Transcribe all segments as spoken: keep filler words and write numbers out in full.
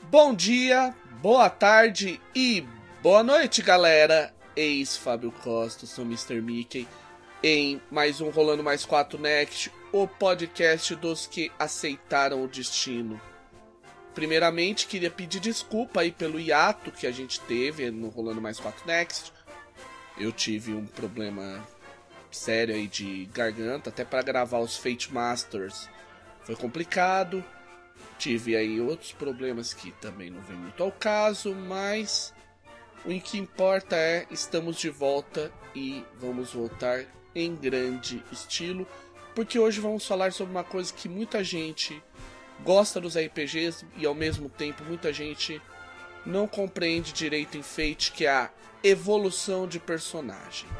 Bom dia, boa tarde e boa noite, galera. Eis Fábio Costa, sou mister Mickey, em mais um Rolando Mais quatro Next, o podcast dos que aceitaram o destino. Primeiramente, queria pedir desculpa aí pelo hiato que a gente teve no Rolando Mais quatro Next. Eu tive um problema sério aí de garganta, até para gravar os Fate Masters foi complicado. Tive aí outros problemas que também não vem muito ao caso, mas o que importa é estamos de volta e vamos voltar em grande estilo, porque hoje vamos falar sobre uma coisa que muita gente gosta dos R P Gs e ao mesmo tempo muita gente não compreende direito em Fate, que é a evolução de personagem.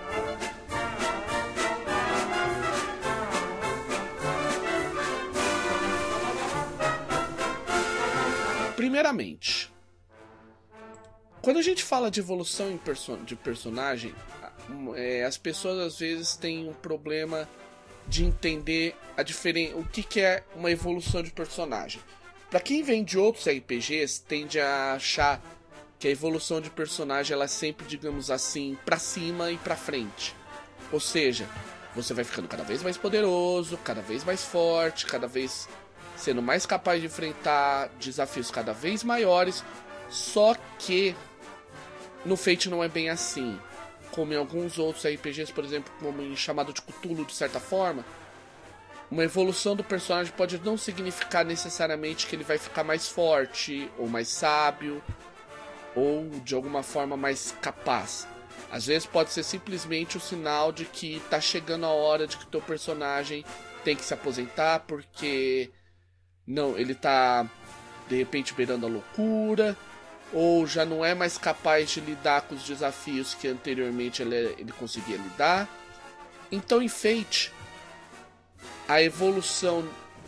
Primeiramente, quando a gente fala de evolução em perso- de personagem, é, as pessoas às vezes têm um problema de entender a diferen- o que, que é uma evolução de personagem. Para quem vem de outros R P Gs, tende a achar que a evolução de personagem ela é sempre, digamos assim, para cima e para frente. Ou seja, você vai ficando cada vez mais poderoso, cada vez mais forte, cada vez sendo mais capaz de enfrentar desafios cada vez maiores. Só que no Fate não é bem assim. Como em alguns outros R P Gs, por exemplo, como em Chamado de Cthulhu, de certa forma, uma evolução do personagem pode não significar necessariamente que ele vai ficar mais forte, ou mais sábio, ou de alguma forma mais capaz. Às vezes pode ser simplesmente o sinal de que tá chegando a hora de que o teu personagem tem que se aposentar, porque não, ele tá de repente beirando a loucura, ou já não é mais capaz de lidar com os desafios que anteriormente ele, ele conseguia lidar. Então em Fate, a evolução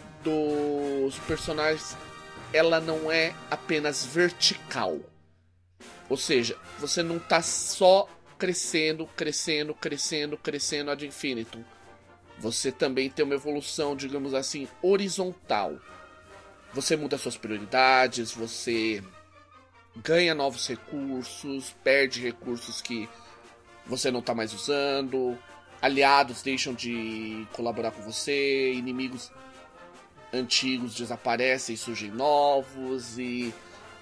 dos personagens ela não é apenas vertical. Ou seja, você não tá só crescendo, crescendo, crescendo, crescendo ad infinitum. Você também tem uma evolução, digamos assim, horizontal. Você muda suas prioridades, você ganha novos recursos, perde recursos que você não está mais usando, aliados deixam de colaborar com você, inimigos antigos desaparecem e surgem novos, e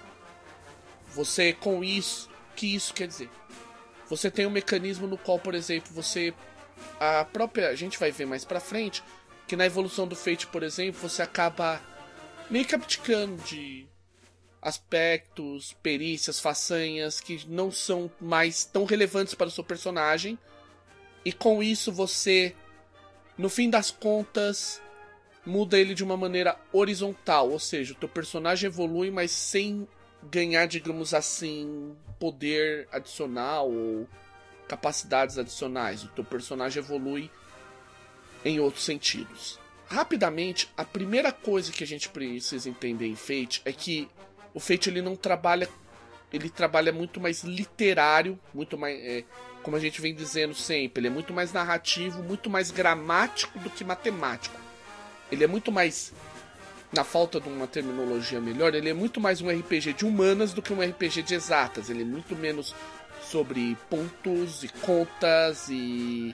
você com isso, o que isso quer dizer? Você tem um mecanismo no qual, por exemplo, você, a própria, a gente vai ver mais pra frente, que na evolução do Fate, por exemplo, você acaba meio que abdicando de aspectos, perícias, façanhas que não são mais tão relevantes para o seu personagem. E com isso você, no fim das contas, muda ele de uma maneira horizontal. Ou seja, o teu personagem evolui, mas sem ganhar, digamos assim, poder adicional ou capacidades adicionais. O teu personagem evolui em outros sentidos. Rapidamente, a primeira coisa que a gente precisa entender em Fate é que o Fate ele não trabalha, ele trabalha muito mais literário, muito mais, é, como a gente vem dizendo sempre, ele é muito mais narrativo, muito mais gramático do que matemático. Ele é muito mais, na falta de uma terminologia melhor, ele é muito mais um R P G de humanas do que um R P G de exatas. Ele é muito menos sobre pontos e contas e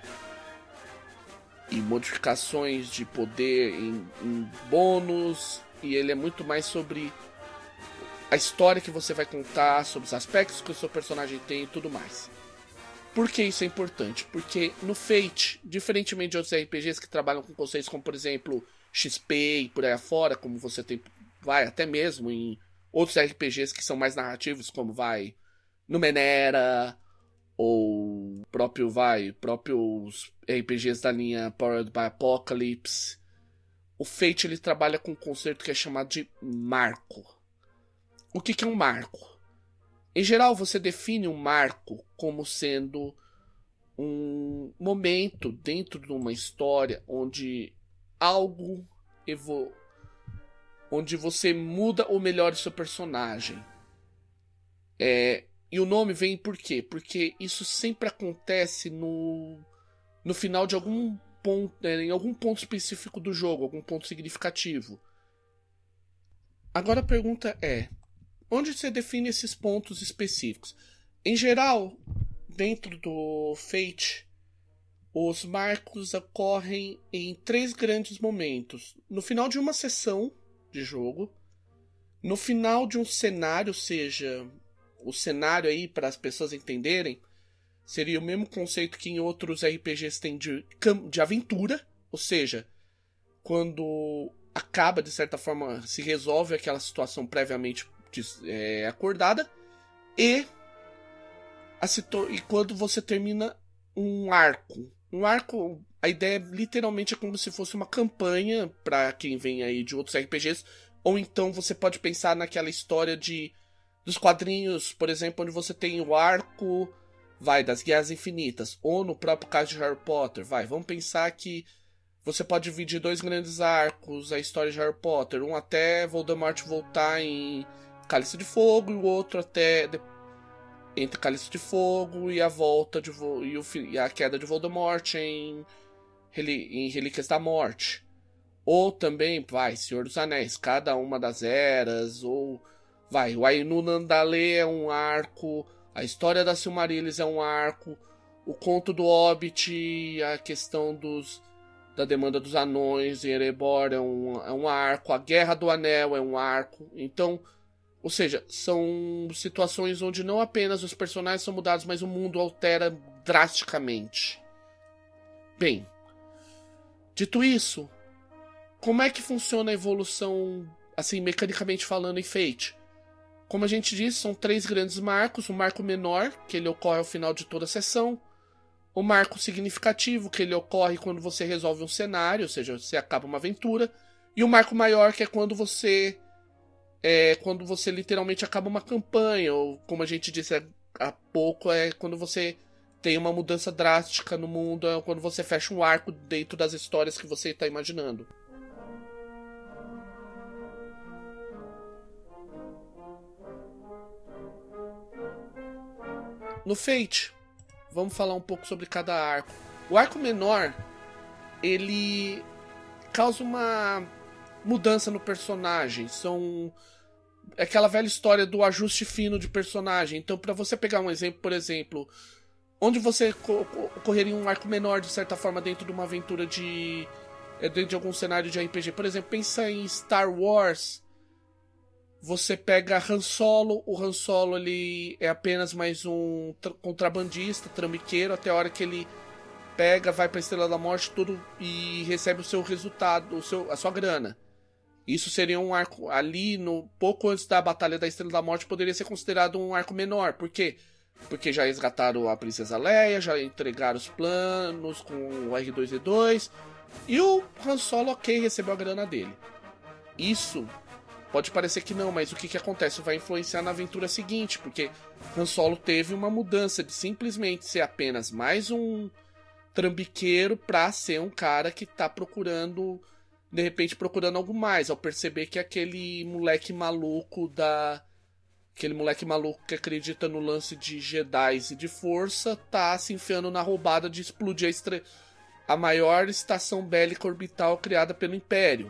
e modificações de poder em, em bônus, e ele é muito mais sobre a história que você vai contar, sobre os aspectos que o seu personagem tem e tudo mais. Por que isso é importante? Porque no Fate, diferentemente de outros R P Gs que trabalham com conceitos como, por exemplo, X P e por aí afora, como você tem, vai até mesmo em outros R P Gs que são mais narrativos, como vai Numenera, ou próprio vai, próprios R P Gs da linha Powered by Apocalypse. O Fate ele trabalha com um conceito que é chamado de marco. O que, que é um marco? Em geral, você define um marco como sendo um momento dentro de uma história onde algo evo... onde você muda ou melhora o seu personagem. É... E o nome vem por quê? Porque isso sempre acontece no, no final de algum ponto, em algum ponto específico do jogo, algum ponto significativo. Agora a pergunta é, onde você define esses pontos específicos? Em geral, dentro do Fate, os marcos ocorrem em três grandes momentos. No final de uma sessão de jogo, no final de um cenário, ou seja, o cenário aí, para as pessoas entenderem, seria o mesmo conceito que em outros R P Gs tem de, de aventura, ou seja, quando acaba, de certa forma, se resolve aquela situação previamente é, acordada, e, a situ... e quando você termina um arco. Um arco, a ideia literalmente é como se fosse uma campanha, para quem vem aí de outros R P Gs, ou então você pode pensar naquela história de dos quadrinhos, por exemplo, onde você tem o arco, vai, das Guerras Infinitas, ou no próprio caso de Harry Potter, vai, vamos pensar que você pode dividir dois grandes arcos, a história de Harry Potter, um até Voldemort voltar em Cálice de Fogo, e o outro até entre Cálice de Fogo e a volta de Vo... e, o... e a queda de Voldemort em, Reli... em Relíquias da Morte. Ou também, vai, Senhor dos Anéis, cada uma das eras, ou vai, o Ainu Nandalê é um arco, a história da Silmarils é um arco, o conto do Hobbit, a questão dos da demanda dos anões em Erebor é um, é um arco, a Guerra do Anel é um arco. Então, ou seja, são situações onde não apenas os personagens são mudados, mas o mundo altera drasticamente. Bem, dito isso, como é que funciona a evolução, assim, mecanicamente falando, em Fate? Como a gente disse, são três grandes marcos. O marco menor, que ele ocorre ao final de toda a sessão. O marco significativo, que ele ocorre quando você resolve um cenário, ou seja, você acaba uma aventura. E o marco maior, que é quando você é quando você literalmente acaba uma campanha, ou como a gente disse há pouco, é quando você tem uma mudança drástica no mundo, é quando você fecha um arco dentro das histórias que você está imaginando. No Fate, vamos falar um pouco sobre cada arco. O arco menor, ele causa uma mudança no personagem. São aquela velha história do ajuste fino de personagem. Então, para você pegar um exemplo, por exemplo, onde você ocorreria um arco menor, de certa forma, dentro de uma aventura de... dentro de algum cenário de R P G. Por exemplo, pensa em Star Wars. Você pega Han Solo, o Han Solo ele é apenas mais um tra- contrabandista, trambiqueiro, até a hora que ele pega, vai pra Estrela da Morte tudo, e recebe o seu resultado, o seu, a sua grana. Isso seria um arco ali, no pouco antes da Batalha da Estrela da Morte, poderia ser considerado um arco menor. Por quê? Porque já resgataram a Princesa Leia, já entregaram os planos com o R dois D dois, e o Han Solo, ok, recebeu a grana dele. Isso... pode parecer que não, mas o que, que acontece? Vai influenciar na aventura seguinte, porque Han Solo teve uma mudança de simplesmente ser apenas mais um trambiqueiro pra ser um cara que tá procurando, de repente procurando algo mais, ao perceber que aquele moleque maluco da... aquele moleque maluco que acredita no lance de Jedi e de força tá se enfiando na roubada de explodir a, estre... a maior estação bélica orbital criada pelo Império.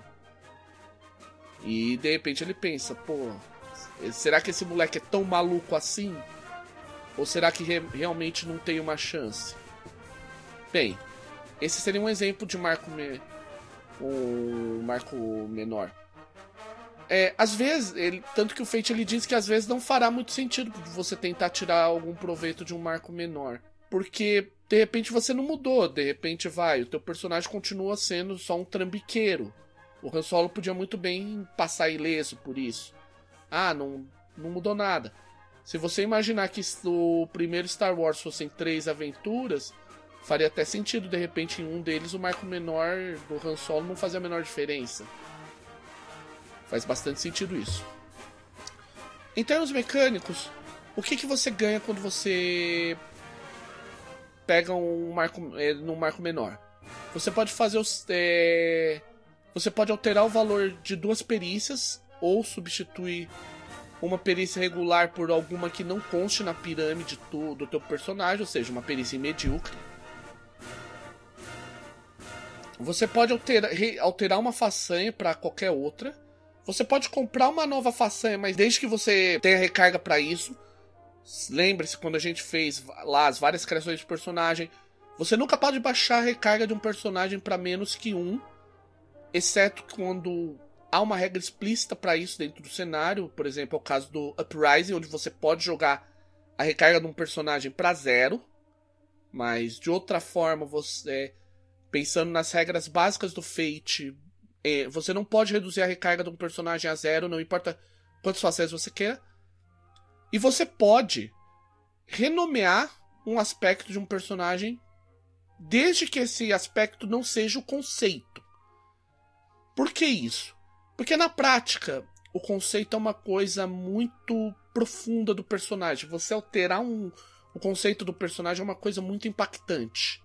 E de repente ele pensa, pô, será que esse moleque é tão maluco assim? Ou será que re- realmente não tem uma chance? Bem, esse seria um exemplo de marco, me- um marco menor. É, às vezes, ele, tanto que o Fate ele diz que às vezes não fará muito sentido você tentar tirar algum proveito de um marco menor. Porque de repente você não mudou, de repente vai, o teu personagem continua sendo só um trambiqueiro. O Han Solo podia muito bem passar ileso por isso. Ah, não, não mudou nada. Se você imaginar que o primeiro Star Wars fossem três aventuras, faria até sentido, de repente, em um deles o marco menor do Han Solo não fazer a menor diferença. Faz bastante sentido isso. Em termos mecânicos, o que, que você ganha quando você pega um marco, é, num marco menor? Você pode fazer os... É... Você pode alterar o valor de duas perícias ou substituir uma perícia regular por alguma que não conste na pirâmide do, do teu personagem, ou seja, uma perícia medíocre. Você pode alterar, re, alterar uma façanha para qualquer outra. Você pode comprar uma nova façanha, mas desde que você tenha recarga pra isso. Lembre-se, quando a gente fez lá as várias criações de personagem, você nunca pode baixar a recarga de um personagem pra menos que um, exceto quando há uma regra explícita pra isso dentro do cenário. Por exemplo, é o caso do Uprising, onde você pode jogar a recarga de um personagem pra zero, mas de outra forma, você, pensando nas regras básicas do Fate, você não pode reduzir a recarga de um personagem a zero, não importa quantos facetas você queira. E você pode renomear um aspecto de um personagem desde que esse aspecto não seja o conceito. Por que isso? Porque na prática, o conceito é uma coisa muito profunda do personagem. Você alterar um, o conceito do personagem é uma coisa muito impactante.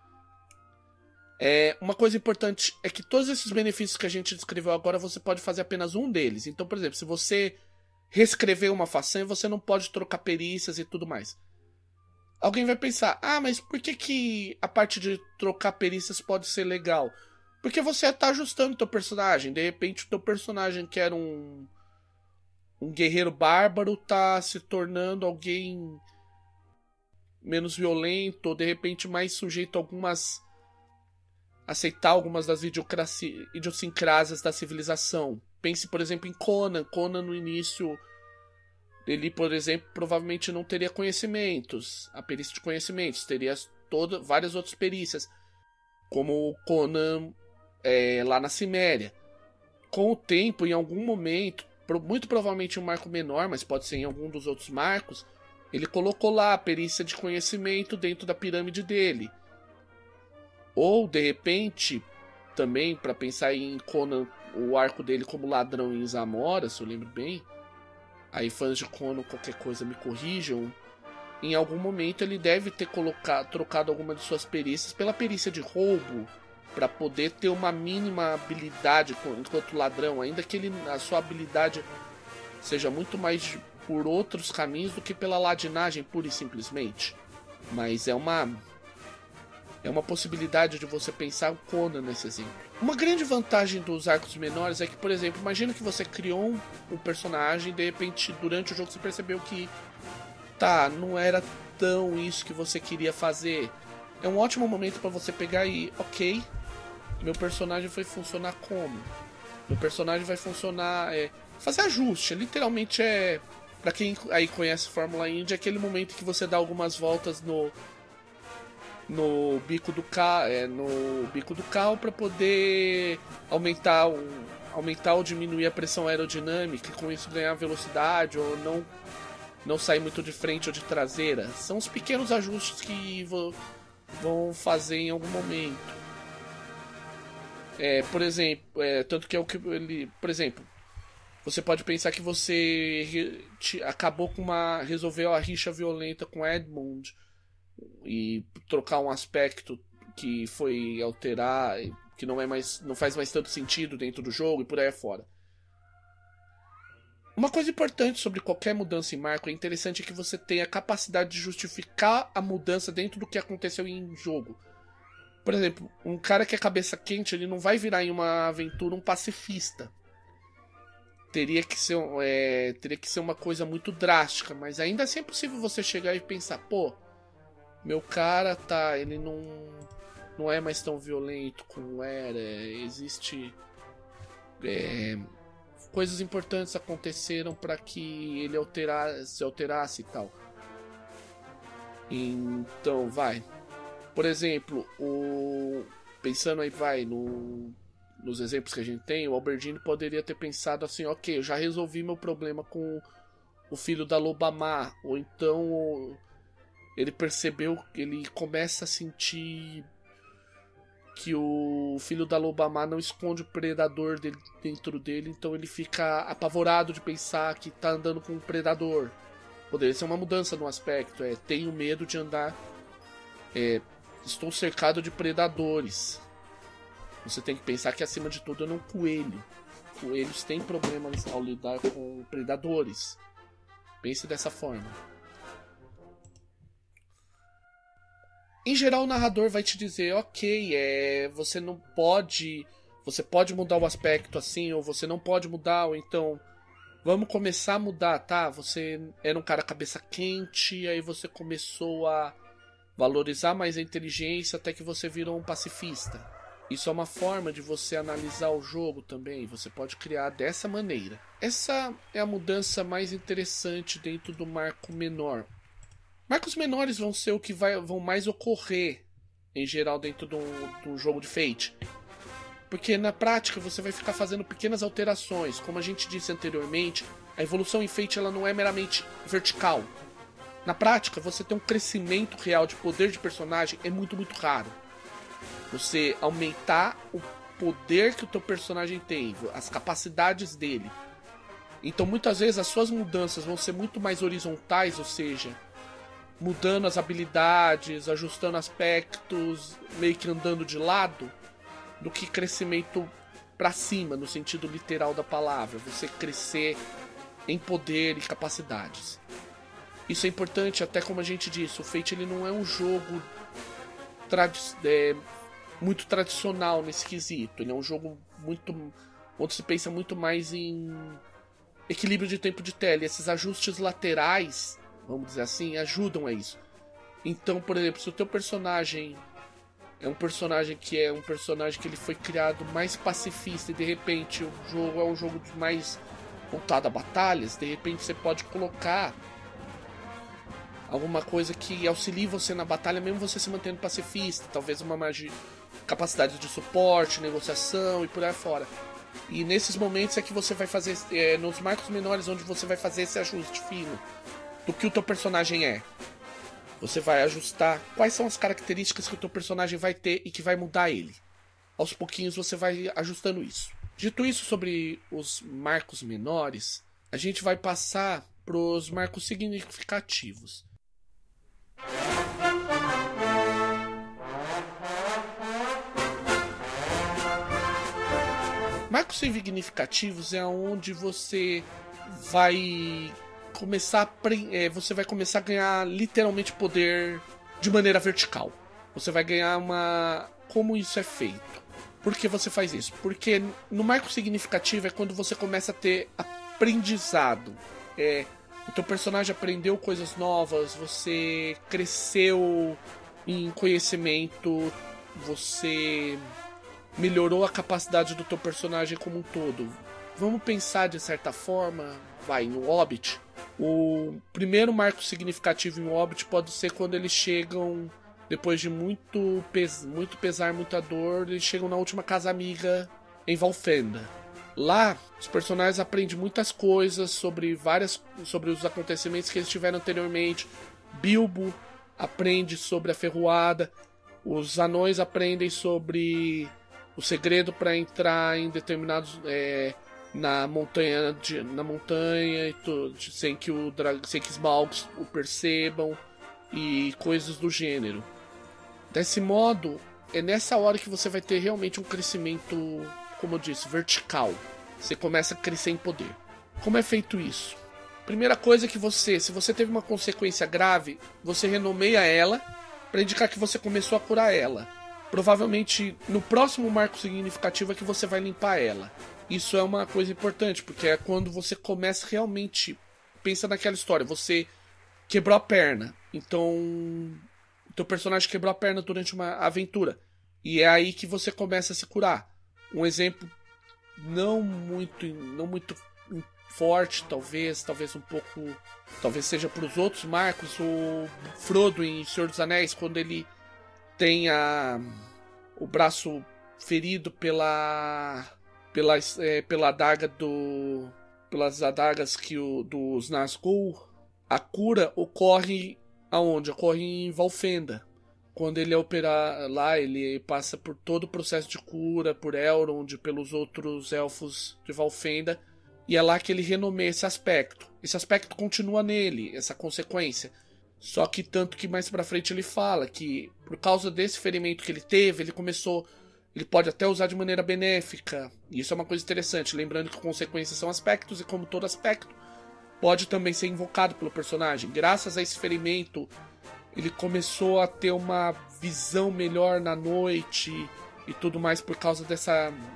É, uma coisa importante é que todos esses benefícios que a gente descreveu agora, você pode fazer apenas um deles. Então, por exemplo, se você reescrever uma façanha, você não pode trocar perícias e tudo mais. Alguém vai pensar, ah, mas por que, que a parte de trocar perícias pode ser legal? Porque você está ajustando o teu personagem. De repente o teu personagem que era um, um guerreiro bárbaro tá se tornando alguém menos violento, ou de repente mais sujeito a algumas... aceitar algumas das idiosincrasias da civilização. Pense, por exemplo, em Conan. Conan, no início, ele, por exemplo, provavelmente não teria conhecimentos. A perícia de conhecimentos. Teria toda, várias outras perícias. Como Conan é, lá na Ciméria. Com o tempo, em algum momento, muito provavelmente um marco menor, mas pode ser em algum dos outros marcos, ele colocou lá a perícia de conhecimento dentro da pirâmide dele. Ou, de repente, também, para pensar em Conan, o arco dele como ladrão em Zamora, se eu lembro bem, aí fãs de Conan, qualquer coisa me corrijam, em algum momento ele deve ter colocado, trocado alguma de suas perícias pela perícia de roubo, para poder ter uma mínima habilidade enquanto ladrão, ainda que ele, a sua habilidade seja muito mais por outros caminhos do que pela ladinagem pura e simplesmente. Mas é uma... É uma possibilidade de você pensar o Conan nesse exemplo. Uma grande vantagem dos arcos menores é que, por exemplo, imagina que você criou um, um personagem e de repente, durante o jogo, você percebeu que tá, não era tão isso que você queria fazer. É um ótimo momento para você pegar e, ok, meu personagem vai funcionar como? Meu personagem vai funcionar... É, fazer ajuste, literalmente é... Pra quem aí conhece Fórmula Indy, é aquele momento que você dá algumas voltas no... no bico do carro, é, no bico do carro para poder aumentar, o, aumentar ou diminuir a pressão aerodinâmica e com isso ganhar velocidade ou não, não sair muito de frente ou de traseira. São os pequenos ajustes que vo, vão fazer em algum momento. É, por exemplo, é, tanto que é o que ele, por exemplo, você pode pensar que você re, te, acabou com uma, resolveu a rixa violenta com Edmund e trocar um aspecto que foi alterar, que não é mais, não faz mais tanto sentido dentro do jogo e por aí afora. Uma coisa importante sobre qualquer mudança em marco é interessante que você tenha a capacidade de justificar a mudança dentro do que aconteceu em jogo. Por exemplo, um cara que é cabeça quente, ele não vai virar em uma aventura um pacifista. Teria que ser, é, teria que ser uma coisa muito drástica, mas ainda assim é possível você chegar e pensar, pô, meu cara tá, ele não, não é mais tão violento como era, existe... É, coisas importantes aconteceram para que ele alterasse, se alterasse e tal. Então, vai. Por exemplo, o... pensando aí, vai, no... nos exemplos que a gente tem, o Albertine poderia ter pensado assim, ok, eu já resolvi meu problema com o filho da Lobamar. Ou então ele percebeu, ele começa a sentir que o filho da Lobamar não esconde o predador dele, dentro dele, então ele fica apavorado de pensar que tá andando com um predador. Poderia ser uma mudança no aspecto, é, tenho medo de andar, é, estou cercado de predadores. Você tem que pensar que acima de tudo eu não coelho. Coelhos têm problemas ao lidar com predadores. Pense dessa forma. Em geral, o narrador vai te dizer, ok, é, você não pode você pode mudar o aspecto assim, ou você não pode mudar, ou então vamos começar a mudar, tá? Você era um cara cabeça quente, aí você começou a valorizar mais a inteligência até que você virou um pacifista. Isso é uma forma de você analisar o jogo também, você pode criar dessa maneira. Essa é a mudança mais interessante dentro do marco menor. Marcos menores vão ser o que vai, vão mais ocorrer em geral dentro de um, de um jogo de Fate. Porque na prática você vai ficar fazendo pequenas alterações. Como a gente disse anteriormente, a evolução em Fate ela não é meramente vertical. Na prática, você ter um crescimento real de poder de personagem é muito, muito raro. Você aumentar o poder que o teu personagem tem, as capacidades dele. Então muitas vezes as suas mudanças vão ser muito mais horizontais, ou seja, mudando as habilidades, ajustando aspectos, meio que andando de lado, do que crescimento pra cima, no sentido literal da palavra. Você crescer em poder e capacidades. Isso é importante, até como a gente disse, o Fate ele não é um jogo tradi é, muito tradicional nesse quesito. Ele é um jogo muito onde se pensa muito mais em equilíbrio de tempo de tela. E esses ajustes laterais, vamos dizer assim, ajudam a isso. Então, por exemplo, se o teu personagem é um personagem que é um personagem que ele foi criado mais pacifista e de repente o jogo é um jogo mais voltado a batalhas, de repente você pode colocar alguma coisa que auxilie você na batalha, mesmo você se mantendo pacifista, talvez uma magia, capacidade de suporte, negociação e por aí fora. E nesses momentos é que você vai fazer, é, nos marcos menores, onde você vai fazer esse ajuste fino do que o teu personagem é. Você vai ajustar quais são as características que o teu personagem vai ter e que vai mudar ele. Aos pouquinhos você vai ajustando isso. Dito isso sobre os marcos menores, a gente vai passar para os marcos significativos. Marcos significativos é onde você vai começar a, é, você vai começar a ganhar literalmente poder de maneira vertical. Você vai ganhar uma... Como isso é feito? Por que você faz isso? Porque no marco significativo é quando você começa a ter aprendizado. É, o teu personagem aprendeu coisas novas, você cresceu em conhecimento, você melhorou a capacidade do teu personagem como um todo. Vamos pensar de certa forma, vai, no Hobbit. O primeiro marco significativo em Hobbit pode ser quando eles chegam, depois de muito, pes muito pesar, muita dor, eles chegam na última casa amiga em Valfenda. Lá, os personagens aprendem muitas coisas sobre várias, sobre os acontecimentos que eles tiveram anteriormente. Bilbo aprende sobre a ferroada, os anões aprendem sobre o segredo para entrar em determinados é, na montanha, de, na montanha e tudo, sem que o sem que Smaug o percebam e coisas do gênero. Desse modo, é nessa hora que você vai ter realmente um crescimento, como eu disse, vertical. Você começa a crescer em poder. Como é feito isso? Primeira coisa é que você, se você teve uma consequência grave, você renomeia ela para indicar que você começou a curar ela. Provavelmente no próximo marco significativo é que você vai limpar ela. Isso é uma coisa importante, porque é quando você começa realmente... Pensa naquela história, você quebrou a perna, então o teu personagem quebrou a perna durante uma aventura. E é aí que você começa a se curar. Um exemplo não muito, não muito forte, talvez, talvez um pouco... Talvez seja para os outros marcos, o Frodo em Senhor dos Anéis, quando ele tem a, o braço ferido pela... Pela, é, pela adaga do... Pelas adagas que o, dos Nazgûl, a cura ocorre aonde? Ocorre em Valfenda. Quando ele é operado lá, ele passa por todo o processo de cura, por Elrond, pelos outros elfos de Valfenda, e é lá que ele renomeia esse aspecto. Esse aspecto continua nele, essa consequência. Só que tanto que mais pra frente ele fala que por causa desse ferimento que ele teve, ele começou... Ele pode até usar de maneira benéfica. E isso é uma coisa interessante. Lembrando que consequências são aspectos. E como todo aspecto, pode também ser invocado pelo personagem. Graças a esse ferimento, ele começou a ter uma visão melhor na noite. E tudo mais por causa dessa,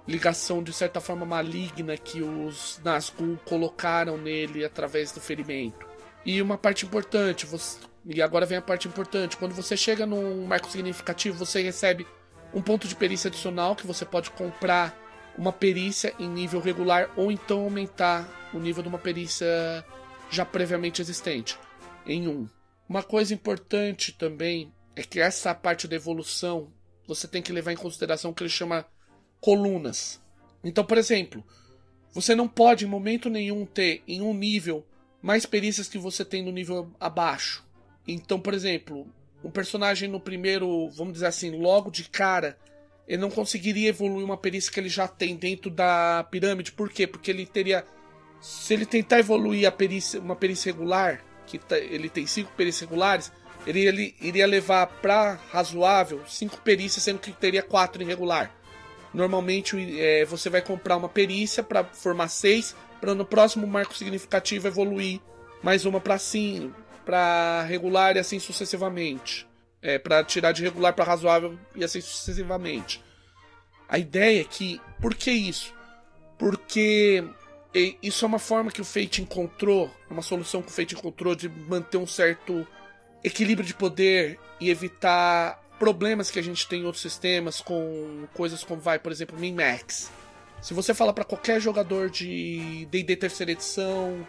ligação de certa forma maligna que os Nazgûl colocaram nele através do ferimento. E uma parte importante, você, e agora vem a parte importante, quando você chega num marco significativo, você recebe um ponto de perícia adicional que você pode comprar uma perícia em nível regular ou então aumentar o nível de uma perícia já previamente existente em um. Uma coisa importante também é que essa parte da evolução você tem que levar em consideração o que ele chama colunas. Então, por exemplo, você não pode em momento nenhum ter em um nível mais perícias que você tem no nível abaixo. Então, por exemplo, um personagem no primeiro, vamos dizer assim, logo de cara, ele não conseguiria evoluir uma perícia que ele já tem dentro da pirâmide. Por quê? Porque ele teria... Se ele tentar evoluir a perícia, uma perícia regular, que tá, ele tem cinco perícias regulares, ele, ele iria levar para razoável cinco perícias, sendo que teria quatro em regular. Normalmente é, você vai comprar uma perícia para formar seis, para no próximo marco significativo evoluir mais uma para sim, para regular e assim sucessivamente. É, para tirar de regular para razoável e assim sucessivamente. A ideia é que... Por que isso? Porque isso é uma forma que o Fate encontrou, uma solução que o Fate encontrou de manter um certo equilíbrio de poder e evitar problemas que a gente tem em outros sistemas com coisas como, vai, por exemplo, min-max. Se você falar para qualquer jogador de D e D terceira edição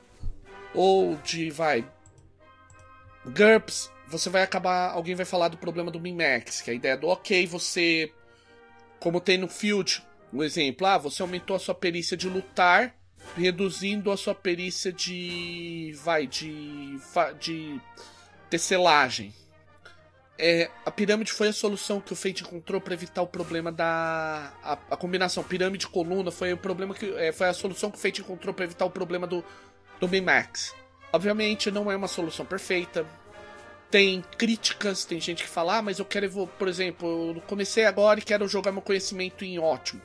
ou de, vai, GURPS, você vai acabar, alguém vai falar do problema do min-max, que é a ideia do, ok, você, como tem no Field, um exemplo, ah, você aumentou a sua perícia de lutar, reduzindo a sua perícia de, vai, de, de tecelagem. É, a pirâmide foi a solução que o Fate encontrou para evitar o problema da... A, a combinação pirâmide-coluna foi o problema que é, foi a solução que o Fate encontrou para evitar o problema do, do min-max. Obviamente não é uma solução perfeita. Tem críticas, tem gente que fala, ah, mas eu quero, por exemplo, eu comecei agora e quero jogar meu conhecimento em ótimo.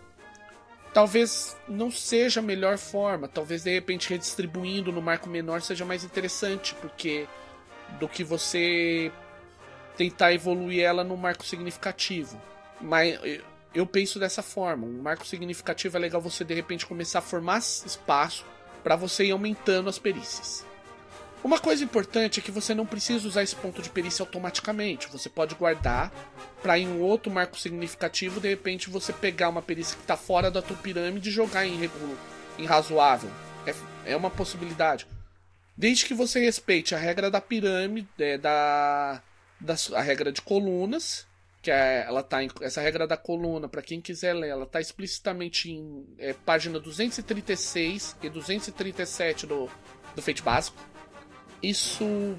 Talvez não seja a melhor forma, talvez de repente redistribuindo no marco menor seja mais interessante, porque do que você tentar evoluir ela no marco significativo. Mas eu penso dessa forma, um marco significativo é legal você de repente começar a formar espaço para você ir aumentando as perícias. Uma coisa importante é que você não precisa usar esse ponto de perícia automaticamente. Você pode guardar para em um outro marco significativo, de repente você pegar uma perícia que está fora da tua pirâmide e jogar em, regulo, em razoável. É, é uma possibilidade. Desde que você respeite a regra da pirâmide, é, da, da a regra de colunas, que é, ela tá em, essa regra da coluna, para quem quiser ler, ela está explicitamente em é, página duzentos e trinta e seis e duzentos e trinta e sete do, do Fate básico. Isso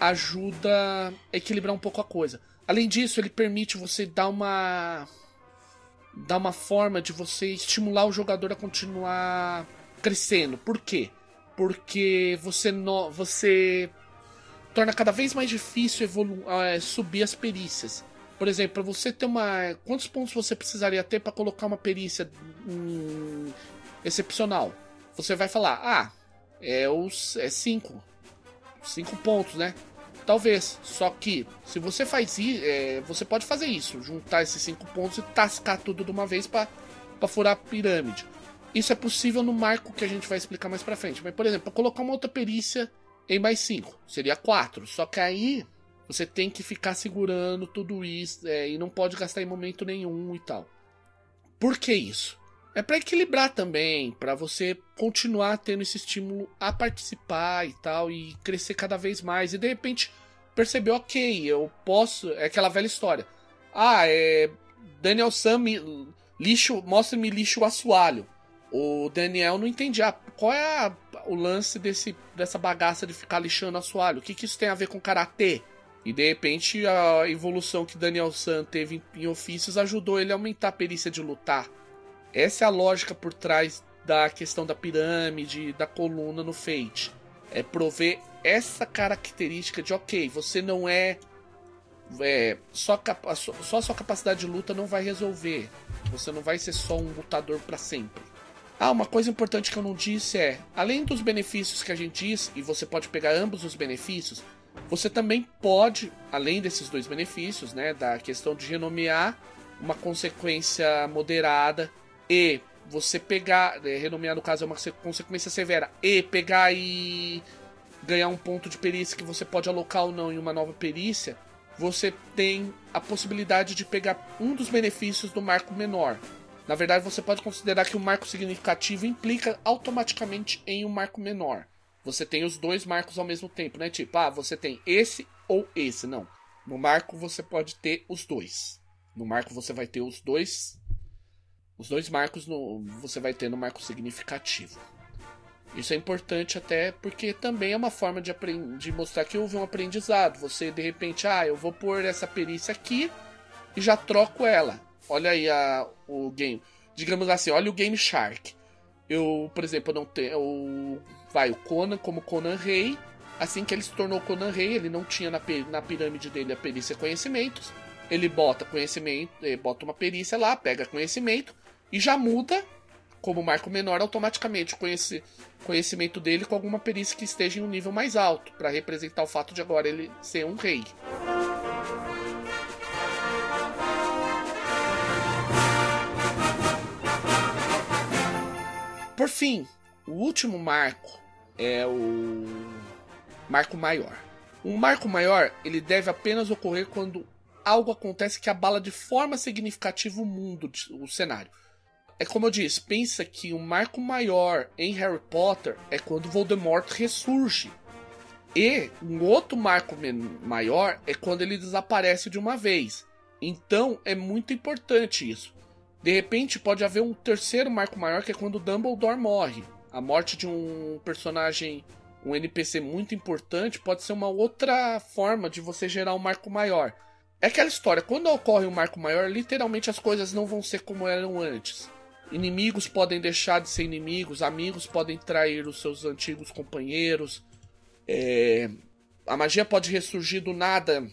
ajuda a equilibrar um pouco a coisa. Além disso, ele permite você dar uma dar uma forma de você estimular o jogador a continuar crescendo. Por quê? Porque você, no, você torna cada vez mais difícil evolu- uh, subir as perícias. Por exemplo, para você ter uma... Quantos pontos você precisaria ter para colocar uma perícia hum, excepcional? Você vai falar, ah, é os é cinco. cinco pontos, né? Talvez. Só que, se você faz isso, é, você pode fazer isso. Juntar esses cinco pontos e tascar tudo de uma vez para furar a pirâmide. Isso é possível no marco que a gente vai explicar mais pra frente. Mas, por exemplo, para colocar uma outra perícia em mais cinco, seria quatro. Só que aí você tem que ficar segurando tudo isso é, e não pode gastar em momento nenhum e tal. Por que isso? É para equilibrar também, para você continuar tendo esse estímulo a participar e tal, e crescer cada vez mais. E de repente perceber, ok, eu posso... É aquela velha história. Ah, é... Daniel San, me... lixo... mostra-me lixo o assoalho. O Daniel não entende. Ah, qual é a... o lance desse... dessa bagaça de ficar lixando assoalho? O que, que isso tem a ver com karatê? E de repente a evolução que Daniel San teve em ofícios ajudou ele a aumentar a perícia de lutar. Essa é a lógica por trás da questão da pirâmide, da coluna no Fate. É prover essa característica de, ok, você não é... é só, capa, só, só a sua capacidade de luta não vai resolver. Você não vai ser só um lutador para sempre. Ah, uma coisa importante que eu não disse é, além dos benefícios que a gente disse, e você pode pegar ambos os benefícios, você também pode, além desses dois benefícios, né, da questão de renomear uma consequência moderada, e você pegar, é, renomear no caso é uma consequência severa, e pegar e ganhar um ponto de perícia que você pode alocar ou não em uma nova perícia, você tem a possibilidade de pegar um dos benefícios do marco menor. Na verdade, você pode considerar que o marco significativo implica automaticamente em um marco menor. Você tem os dois marcos ao mesmo tempo, né? Tipo, ah, você tem esse ou esse. Não. No marco você pode ter os dois. No marco você vai ter os dois. Os dois marcos no, você vai ter no marco significativo. Isso é importante até porque também é uma forma de, aprend- de mostrar que houve um aprendizado. Você, de repente, ah, eu vou pôr essa perícia aqui e já troco ela. Olha aí a, o game. Digamos assim, olha o Game Shark. Eu, por exemplo, não tenho... Eu, vai, o Conan como Conan Rei. Assim que ele se tornou Conan Rei, ele não tinha na, na pirâmide dele a perícia conhecimentos. Ele bota conhecimento, bota uma perícia lá, pega conhecimento e já muda, como marco menor, automaticamente o conheci, conhecimento dele com alguma perícia que esteja em um nível mais alto, para representar o fato de agora ele ser um rei. Por fim, o último marco é o marco maior. Um marco maior ele deve apenas ocorrer quando algo acontece que abala de forma significativa o mundo, o cenário. É como eu disse, pensa que o marco maior em Harry Potter é quando Voldemort ressurge. E um outro marco maior é quando ele desaparece de uma vez. Então é muito importante isso. De repente pode haver um terceiro marco maior que é quando Dumbledore morre. A morte de um personagem, um N P C muito importante pode ser uma outra forma de você gerar um marco maior. É aquela história, quando ocorre um marco maior, literalmente as coisas não vão ser como eram antes. Inimigos podem deixar de ser inimigos, amigos podem trair os seus antigos companheiros, é... a magia pode ressurgir do nada,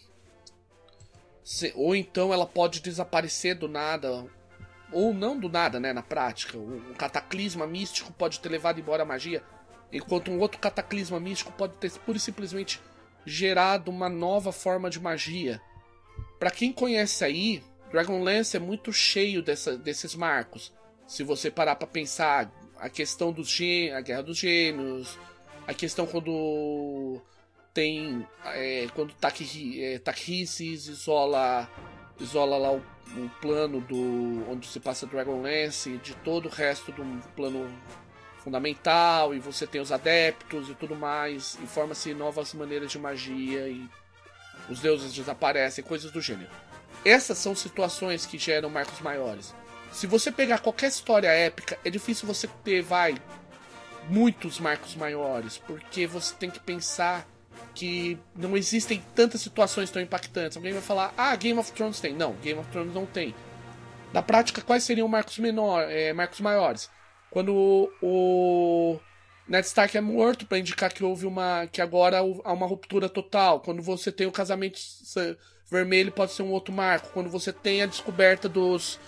ou então ela pode desaparecer do nada, ou não do nada, né, na prática. Um cataclisma místico pode ter levado embora a magia, enquanto um outro cataclisma místico pode ter pura e simplesmente gerado uma nova forma de magia. Pra quem conhece aí, Dragonlance é muito cheio dessa, desses marcos. Se você parar pra pensar, a questão dos gê- a Guerra dos Gêmeos, a questão quando tem, é, quando Takhisis é, isola, isola lá o, o plano do onde se passa Dragonlance, de todo o resto do plano fundamental, e você tem os adeptos e tudo mais, e forma-se novas maneiras de magia, e os deuses desaparecem, coisas do gênero. Essas são situações que geram marcos maiores. Se você pegar qualquer história épica, é difícil você ter, vai, muitos marcos maiores, porque você tem que pensar que não existem tantas situações tão impactantes. Alguém vai falar, ah, Game of Thrones tem. Não, Game of Thrones não tem. Na prática, quais seriam marcos menores, é, marcos maiores? Quando o Ned Stark é morto, para indicar que houve uma, que agora há uma ruptura total. Quando você tem o casamento vermelho, pode ser um outro marco. Quando você tem a descoberta dos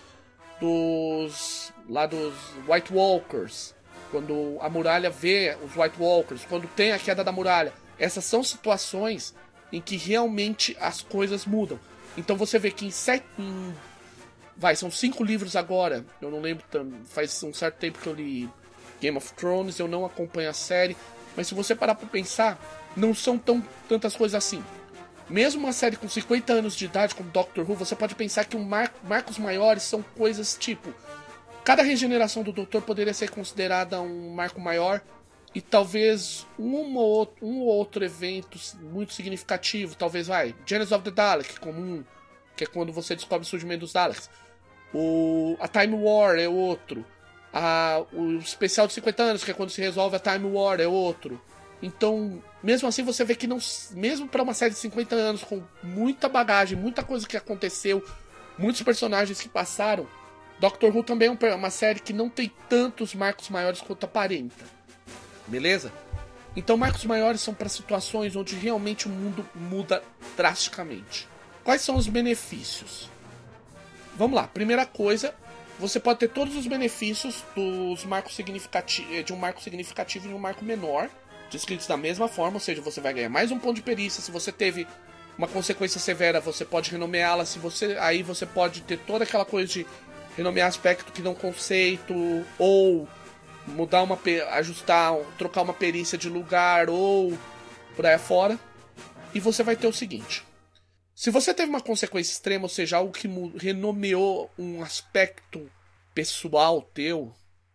dos lá dos White Walkers, quando a muralha vê os White Walkers, quando tem a queda da muralha, essas são situações em que realmente as coisas mudam. Então você vê que em sete, em, vai, são cinco livros agora, eu não lembro, faz um certo tempo que eu li Game of Thrones, eu não acompanho a série, mas se você parar pra pensar, não são tão, tantas coisas assim. Mesmo uma série com cinquenta anos de idade, como Doctor Who, você pode pensar que um mar... marcos maiores são coisas tipo... Cada regeneração do Doutor poderia ser considerada um marco maior, e talvez um ou outro, um ou outro evento muito significativo, talvez, vai, Genesis of the Dalek, comum, que é quando você descobre o surgimento dos Daleks. O... A Time War é outro. A... O especial de cinquenta anos, que é quando se resolve a Time War, é outro. Então, mesmo assim, você vê que não, mesmo para uma série de cinquenta anos, com muita bagagem, muita coisa que aconteceu, muitos personagens que passaram, Doctor Who também é uma série que não tem tantos marcos maiores quanto aparenta. Beleza? Então, marcos maiores são para situações onde realmente o mundo muda drasticamente. Quais são os benefícios? Vamos lá. Primeira coisa, você pode ter todos os benefícios dos marcos significati- de um marco significativo em um marco menor, descritos da mesma forma, ou seja, você vai ganhar mais um ponto de perícia. Se você teve uma consequência severa, você pode renomeá-la. Se você, aí você pode ter toda aquela coisa de renomear aspecto que não conceito, ou mudar uma, ajustar, trocar uma perícia de lugar, ou por aí afora. E você vai ter o seguinte: se você teve uma consequência extrema, ou seja, algo que renomeou um aspecto pessoal teu,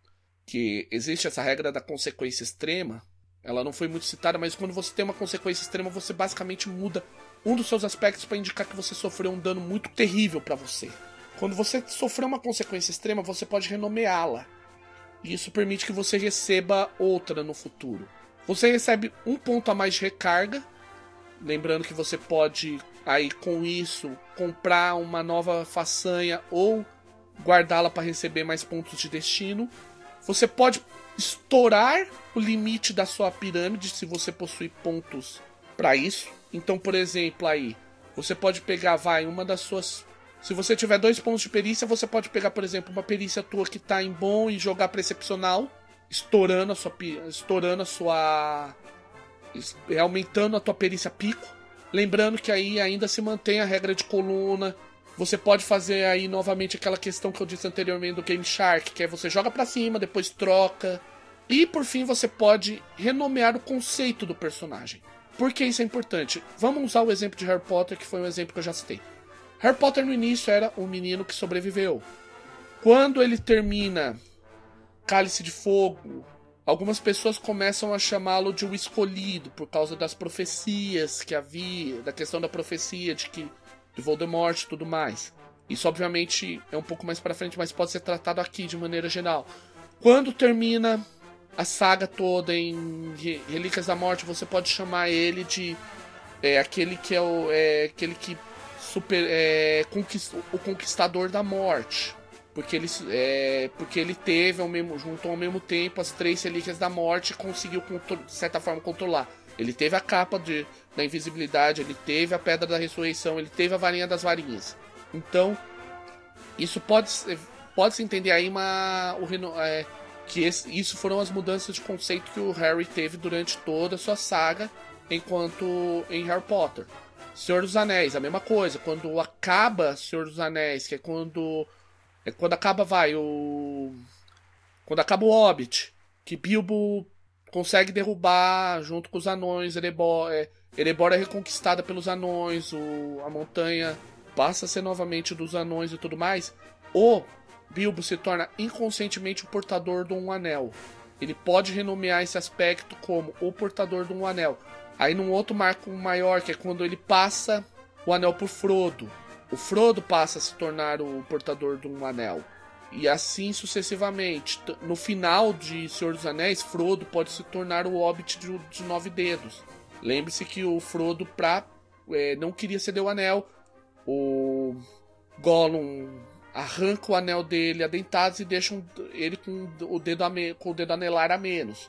que existe essa regra da consequência extrema, ela não foi muito citada, mas quando você tem uma consequência extrema, você basicamente muda um dos seus aspectos para indicar que você sofreu um dano muito terrível para você. Quando você sofreu uma consequência extrema, você pode renomeá-la. E isso permite que você receba outra no futuro. Você recebe um ponto a mais de recarga. Lembrando que você pode, aí com isso, comprar uma nova façanha ou guardá-la para receber mais pontos de destino. Você pode estourar o limite da sua pirâmide se você possui pontos para isso. Então, por exemplo, aí você pode pegar, vai, uma das suas... Se você tiver dois pontos de perícia, você pode pegar, por exemplo, uma perícia tua que tá em bom e jogar percepcional, estourando a sua... Estourando a sua... aumentando a tua perícia pico. Lembrando que aí ainda se mantém a regra de coluna. Você pode fazer aí novamente aquela questão que eu disse anteriormente do Game Shark, que é você joga pra cima, depois troca. E por fim você pode renomear o conceito do personagem. Por que isso é importante? Vamos usar o exemplo de Harry Potter, que foi um exemplo que eu já citei. Harry Potter no início era um menino que sobreviveu. Quando ele termina Cálice de Fogo, algumas pessoas começam a chamá-lo de o escolhido, por causa das profecias que havia, da questão da profecia de que de Voldemort e tudo mais. Isso obviamente é um pouco mais pra frente, mas pode ser tratado aqui de maneira geral. Quando termina a saga toda em Relíquias da Morte, você pode chamar ele de é, aquele que é o é, aquele que super é, conquist, o conquistador da morte, porque ele é, porque ele teve ao mesmo, juntou ao mesmo tempo as três relíquias da morte e conseguiu de certa forma controlar. Ele teve a capa de, da invisibilidade, ele teve a pedra da ressurreição, ele teve a varinha das varinhas. Então isso pode pode se entender aí uma o, é, que esse, isso foram as mudanças de conceito que o Harry teve durante toda a sua saga enquanto em Harry Potter. Senhor dos Anéis, a mesma coisa. Quando acaba Senhor dos Anéis, que é quando é quando acaba vai o quando acaba o Hobbit, que Bilbo consegue derrubar junto com os anões, Erebor é, Erebor é reconquistada pelos anões, o, a montanha passa a ser novamente dos anões e tudo mais. O Bilbo se torna inconscientemente o portador de um anel. Ele pode renomear esse aspecto como o portador de um anel. Aí num outro marco maior, que é quando ele passa o anel por Frodo. O Frodo passa a se tornar o portador de um anel. E assim sucessivamente. No final de Senhor dos Anéis, Frodo pode se tornar o Hobbit de, de nove dedos. Lembre-se que o Frodo pra, é, não queria ceder o anel. O Gollum arranca o anel dele a dentadas e deixa um, ele com o, dedo a me, com o dedo anelar a menos.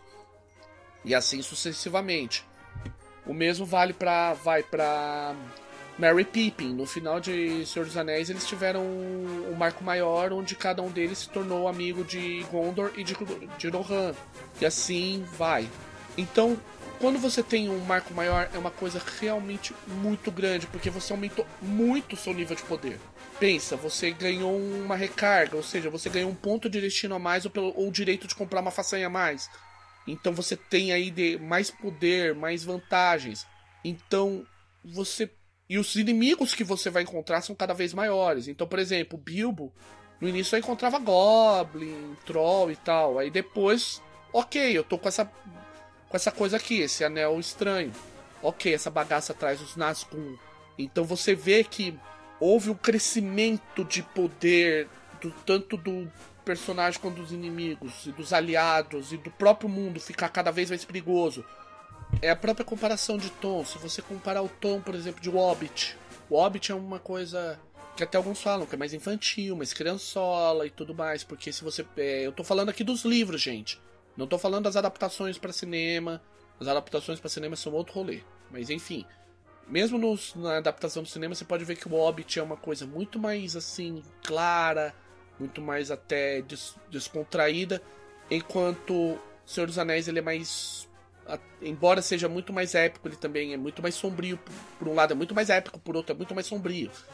E assim sucessivamente. O mesmo vale para vai para Merry e Pippin. No final de Senhor dos Anéis, eles tiveram um, um marco maior onde cada um deles se tornou amigo de Gondor e de, de Rohan. E assim vai. Então, quando você tem um marco maior, é uma coisa realmente muito grande, porque você aumentou muito o seu nível de poder. Pensa, você ganhou uma recarga, ou seja, você ganhou um ponto de destino a mais ou, pelo, ou o direito de comprar uma façanha a mais. Então você tem aí de mais poder, mais vantagens. Então você... E os inimigos que você vai encontrar são cada vez maiores. Então, por exemplo, Bilbo, no início só encontrava Goblin, Troll e tal. Aí depois, ok, eu tô com essa, com essa coisa aqui, esse anel estranho. Ok, essa bagaça atrás dos Nazgûl. Então você vê que houve um crescimento de poder, do, tanto do personagem quanto dos inimigos, e dos aliados, e do próprio mundo ficar cada vez mais perigoso. É a própria comparação de tom. Se você comparar o tom, por exemplo, de Hobbit. O Hobbit é uma coisa que até alguns falam que é mais infantil, mais criançola e tudo mais. Porque se você... É, eu tô falando aqui dos livros, gente. Não tô falando das adaptações para cinema. As adaptações para cinema são outro rolê. Mas enfim... Mesmo nos, na adaptação do cinema, você pode ver que o Hobbit é uma coisa muito mais, assim, clara, muito mais até des, descontraída, enquanto Senhor dos Anéis, ele é mais... A, embora seja muito mais épico, ele também é muito mais sombrio. Por, por um lado é muito mais épico, por outro é muito mais sombrio.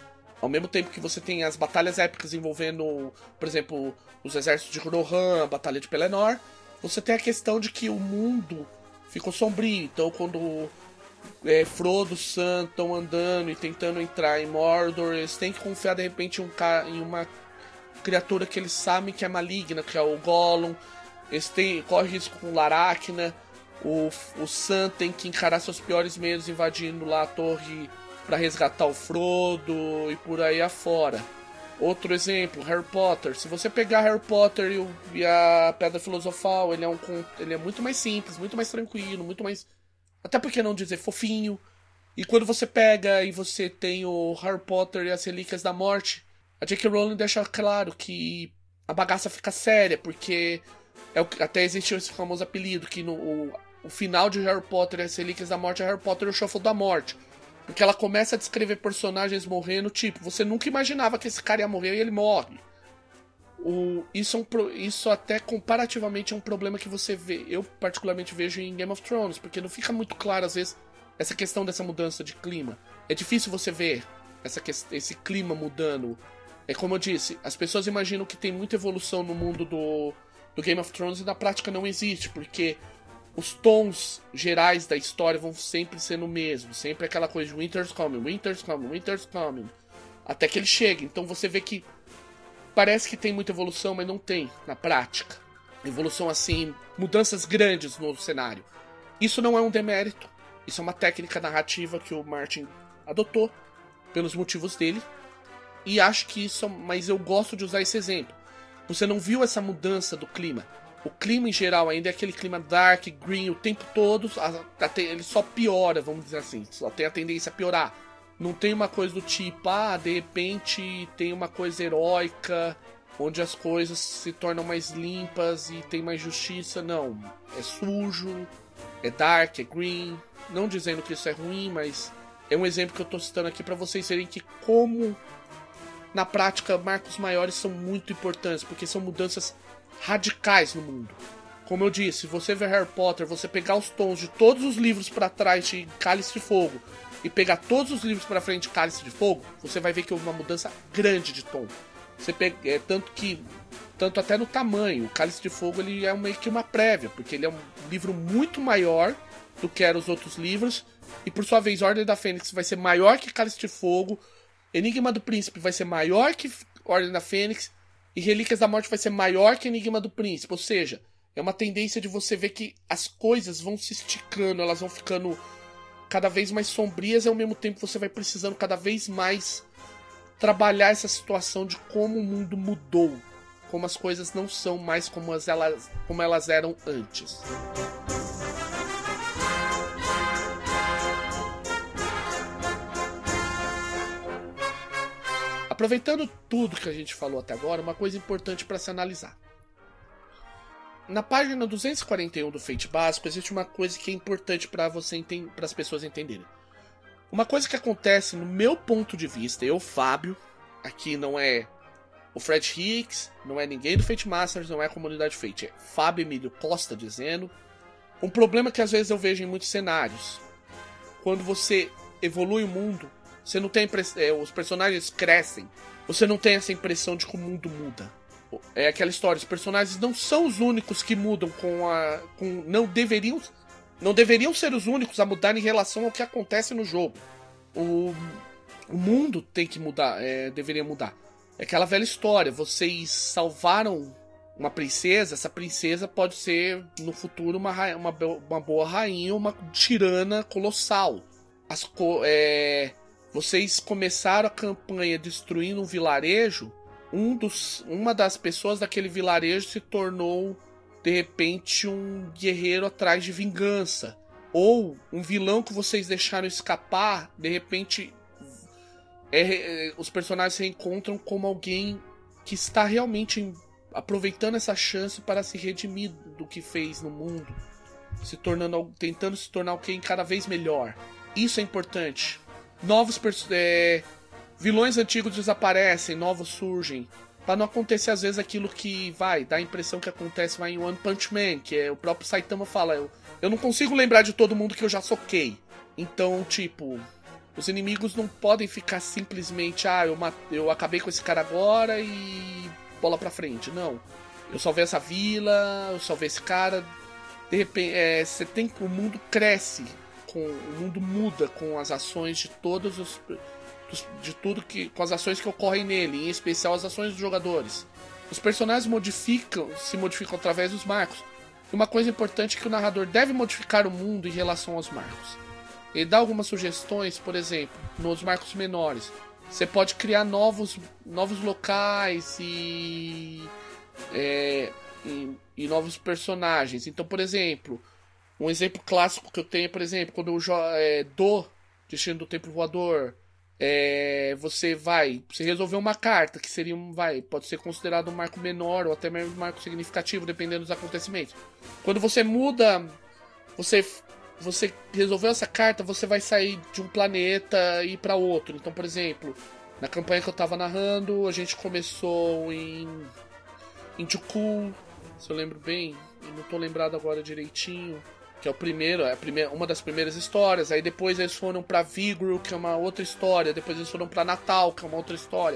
Ao mesmo tempo que você tem as batalhas épicas envolvendo, por exemplo, os exércitos de Rohan, a Batalha de Pelennor, você tem a questão de que o mundo ficou sombrio. Então, quando é, Frodo e Sam estão andando e tentando entrar em Mordor, eles têm que confiar, de repente, em, um ca... em uma criatura que eles sabem que é maligna, que é o Gollum. Eles têm... correm risco com Laracna. O, o Sam tem que encarar seus piores medos invadindo lá a torre para resgatar o Frodo e por aí afora. Outro exemplo, Harry Potter. Se você pegar Harry Potter e, o, e a Pedra Filosofal, ele é, um, ele é muito mais simples, muito mais tranquilo, muito mais... Até porque não dizer fofinho. E quando você pega e você tem o Harry Potter e as Relíquias da Morte, a J K. Rowling deixa claro que a bagaça fica séria, porque é o, até existiu esse famoso apelido, que no, o, o final de Harry Potter e as Relíquias da Morte é Harry Potter e o Shuffle da Morte. Porque ela começa a descrever personagens morrendo, tipo, você nunca imaginava que esse cara ia morrer e ele morre. O, isso, é um, isso até comparativamente é um problema que você vê, eu particularmente vejo em Game of Thrones, porque não fica muito claro às vezes essa questão dessa mudança de clima. É difícil você ver essa, esse clima mudando. É como eu disse, as pessoas imaginam que tem muita evolução no mundo do, do Game of Thrones e na prática não existe, porque os tons gerais da história vão sempre sendo o mesmo. Sempre aquela coisa de Winter's Coming, Winter's Coming, Winter's Coming. Até que ele chegue. Então você vê que parece que tem muita evolução, mas não tem na prática. Evolução assim, mudanças grandes no cenário. Isso não é um demérito. Isso é uma técnica narrativa que o Martin adotou pelos motivos dele. E acho que isso... Mas eu gosto de usar esse exemplo. Você não viu essa mudança do clima. O clima em geral ainda é aquele clima dark, green, o tempo todo. Ele só piora, vamos dizer assim. Só tem a tendência a piorar. Não tem uma coisa do tipo, ah, de repente tem uma coisa heróica, onde as coisas se tornam mais limpas e tem mais justiça. Não. É sujo, é dark, é green. Não dizendo que isso é ruim, mas é um exemplo que eu tô citando aqui para vocês verem que como, na prática, marcos maiores são muito importantes, porque são mudanças radicais no mundo. Como eu disse, se você ver Harry Potter, você pegar os tons de todos os livros para trás de Cálice de Fogo e pegar todos os livros para frente de Cálice de Fogo, você vai ver que houve uma mudança grande de tom. Você pega, é, tanto que tanto até no tamanho, o Cálice de Fogo ele é meio que uma prévia, porque ele é um livro muito maior do que eram os outros livros, e por sua vez Ordem da Fênix vai ser maior que Cálice de Fogo, Enigma do Príncipe vai ser maior que Ordem da Fênix, e Relíquias da Morte vai ser maior que Enigma do Príncipe. Ou seja, é uma tendência de você ver que as coisas vão se esticando, elas vão ficando cada vez mais sombrias, e ao mesmo tempo você vai precisando cada vez mais trabalhar essa situação de como o mundo mudou, como as coisas não são mais como elas, como elas eram antes. Aproveitando tudo que a gente falou até agora, uma coisa importante para se analisar. Na página duzentos e quarenta e um do Fate Básico existe uma coisa que é importante para você enten- para as pessoas entenderem. Uma coisa que acontece no meu ponto de vista, eu, Fábio, aqui não é o Fred Hicks, não é ninguém do Fate Masters, não é a comunidade Fate, é Fábio Emílio Costa dizendo. Um problema que às vezes eu vejo em muitos cenários. Quando você evolui o mundo, você não tem impress... é, os personagens crescem, você não tem essa impressão de que o mundo muda. É aquela história, os personagens não são os únicos que mudam com a... Com... Não deveriam... Não deveriam ser os únicos a mudar em relação ao que acontece no jogo. O, o mundo tem que mudar, é... deveria mudar. É aquela velha história, vocês salvaram uma princesa, essa princesa pode ser no futuro uma, ra... uma, uma boa rainha ou uma tirana colossal. As co... é... Vocês começaram a campanha destruindo um vilarejo, um dos, uma das pessoas daquele vilarejo se tornou, de repente, um guerreiro atrás de vingança. Ou um vilão que vocês deixaram escapar, de repente, é, é, os personagens se encontram como alguém que está realmente aproveitando essa chance para se redimir do que fez no mundo, se tornando, tentando se tornar alguém cada vez melhor. Isso é importante. Novos é, vilões antigos desaparecem, novos surgem. Pra não acontecer às vezes aquilo que vai, dá a impressão que acontece vai em One Punch Man, que é o próprio Saitama fala, eu, eu não consigo lembrar de todo mundo que eu já soquei. Então, tipo, Os inimigos não podem ficar simplesmente, ah, eu, mate... eu acabei com esse cara agora e bola pra frente. Não. Eu salvei essa vila, eu salvei esse cara. De repente, é, você tem que. O mundo cresce, com, o mundo muda com as ações de todos os. De tudo que. Com as ações que ocorrem nele, em especial as ações dos jogadores. Os personagens modificam, se modificam através dos marcos. Uma coisa importante é que o narrador deve modificar o mundo em relação aos marcos. Ele dá algumas sugestões, por exemplo, nos marcos menores. Você pode criar novos, novos locais e, é, e, e novos personagens. Então, por exemplo, um exemplo clássico que eu tenho, por exemplo, quando eu jo- é, dou Destino do Templo Voador, é, você vai, você resolveu uma carta que seria um, vai, pode ser considerado um marco menor ou até mesmo um marco significativo, dependendo dos acontecimentos. Quando você muda, você você resolveu essa carta, você vai sair de um planeta e ir para outro. Então, por exemplo, na campanha que eu tava narrando, a gente começou em em Jakku, se eu lembro bem, eu não tô lembrado agora direitinho, que é o primeiro, é a primeira, uma das primeiras histórias. Aí depois eles foram pra Vigru, que é uma outra história. Depois eles foram pra Natal, que é uma outra história.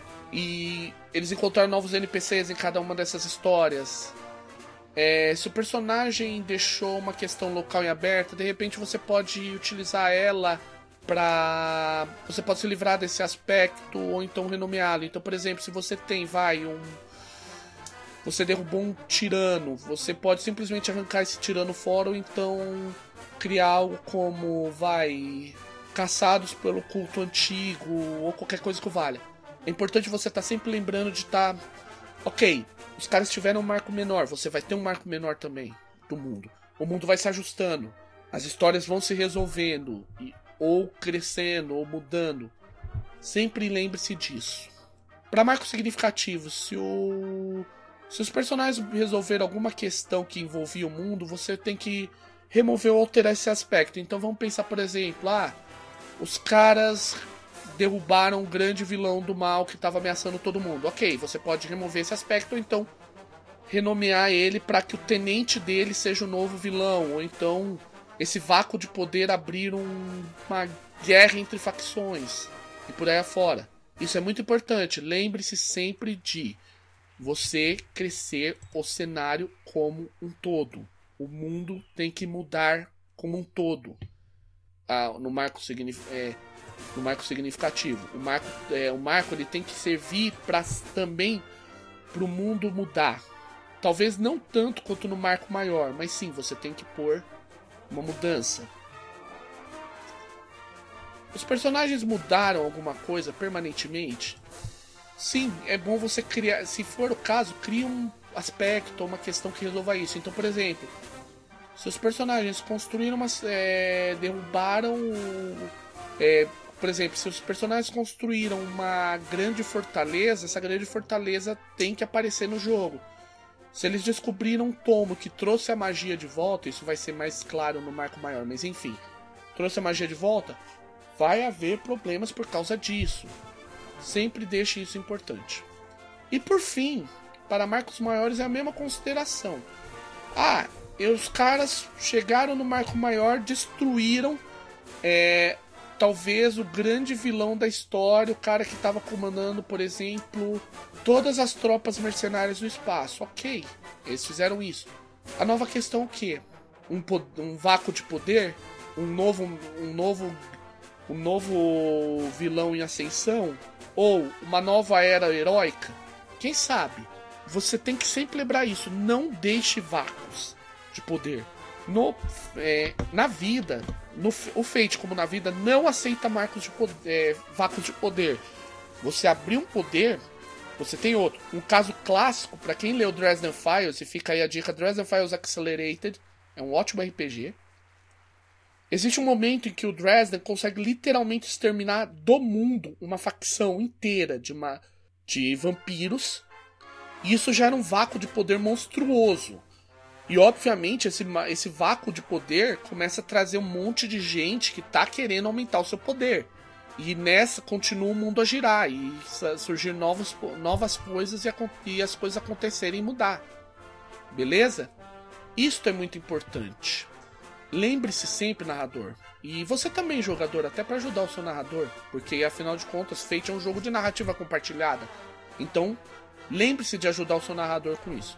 E eles encontraram novos N P Cs em cada uma dessas histórias. É, se o personagem deixou uma questão local em aberta, de repente você pode utilizar ela pra... Você pode se livrar desse aspecto ou então renomeá-lo. Então, por exemplo, se você tem, vai, um... Você derrubou um tirano, você pode simplesmente arrancar esse tirano fora ou então criar algo como, vai, caçados pelo culto antigo ou qualquer coisa que o valha. É importante você estar sempre lembrando de estar... Ok, os caras tiveram um marco menor, você vai ter um marco menor também do mundo. O mundo vai se ajustando, as histórias vão se resolvendo, e, ou crescendo, ou mudando. Sempre lembre-se disso. Para marcos significativos, se o... Se os personagens resolveram alguma questão que envolvia o mundo, você tem que remover ou alterar esse aspecto. Então vamos pensar, por exemplo, ah, os caras derrubaram um grande vilão do mal que estava ameaçando todo mundo. Ok, você pode remover esse aspecto ou então renomear ele para que o tenente dele seja o novo vilão. Ou então esse vácuo de poder abrir um, uma guerra entre facções e por aí afora. Isso é muito importante. Lembre-se sempre de... você crescer o cenário como um todo. O mundo tem que mudar como um todo. Ah, no, marco signif- é, no marco significativo. O marco, é, o marco ele tem que servir pra, também para o mundo mudar. Talvez não tanto quanto no marco maior, mas sim, você tem que pôr uma mudança. Os personagens mudaram alguma coisa permanentemente? Sim, é bom você criar, se for o caso, cria um aspecto, uma questão que resolva isso. Então, por exemplo, se os personagens construíram uma, é, derrubaram, é, por exemplo, se os personagens construíram uma grande fortaleza, essa grande fortaleza tem que aparecer no jogo. Se eles descobriram um tomo que trouxe a magia de volta, isso vai ser mais claro no marco maior, mas enfim, trouxe a magia de volta, vai haver problemas por causa disso. Sempre deixe isso importante. E por fim, para marcos maiores é a mesma consideração. Ah, e os caras chegaram no marco maior, destruíram é, talvez o grande vilão da história, o cara que estava comandando, por exemplo, todas as tropas mercenárias do espaço. Ok, eles fizeram isso. A nova questão é o quê? Um, um vácuo de poder? Um novo, um novo, um novo vilão em ascensão? Ou uma nova era heróica? Quem sabe? Você tem que sempre lembrar isso. Não deixe vácuos de poder. No, é, na vida, no, o Fate, como na vida, não aceita marcos de poder, é, vácuos de poder. Você abrir um poder, você tem outro. Um caso clássico, para quem leu Dresden Files, e fica aí a dica, Dresden Files Accelerated, é um ótimo R P G. Existe um momento em que o Dresden consegue literalmente exterminar do mundo uma facção inteira de, uma, de vampiros. E isso gera um vácuo de poder monstruoso. E obviamente esse, esse vácuo de poder começa a trazer um monte de gente que está querendo aumentar o seu poder. E nessa continua o mundo a girar e surgir novos, novas coisas e, a, e as coisas acontecerem e mudar. Beleza? Isto é muito importante. lembre-se sempre, narrador, e você também, jogador, até para ajudar o seu narrador, porque afinal de contas, Fate é um jogo de narrativa compartilhada. Então, lembre-se de ajudar o seu narrador com isso.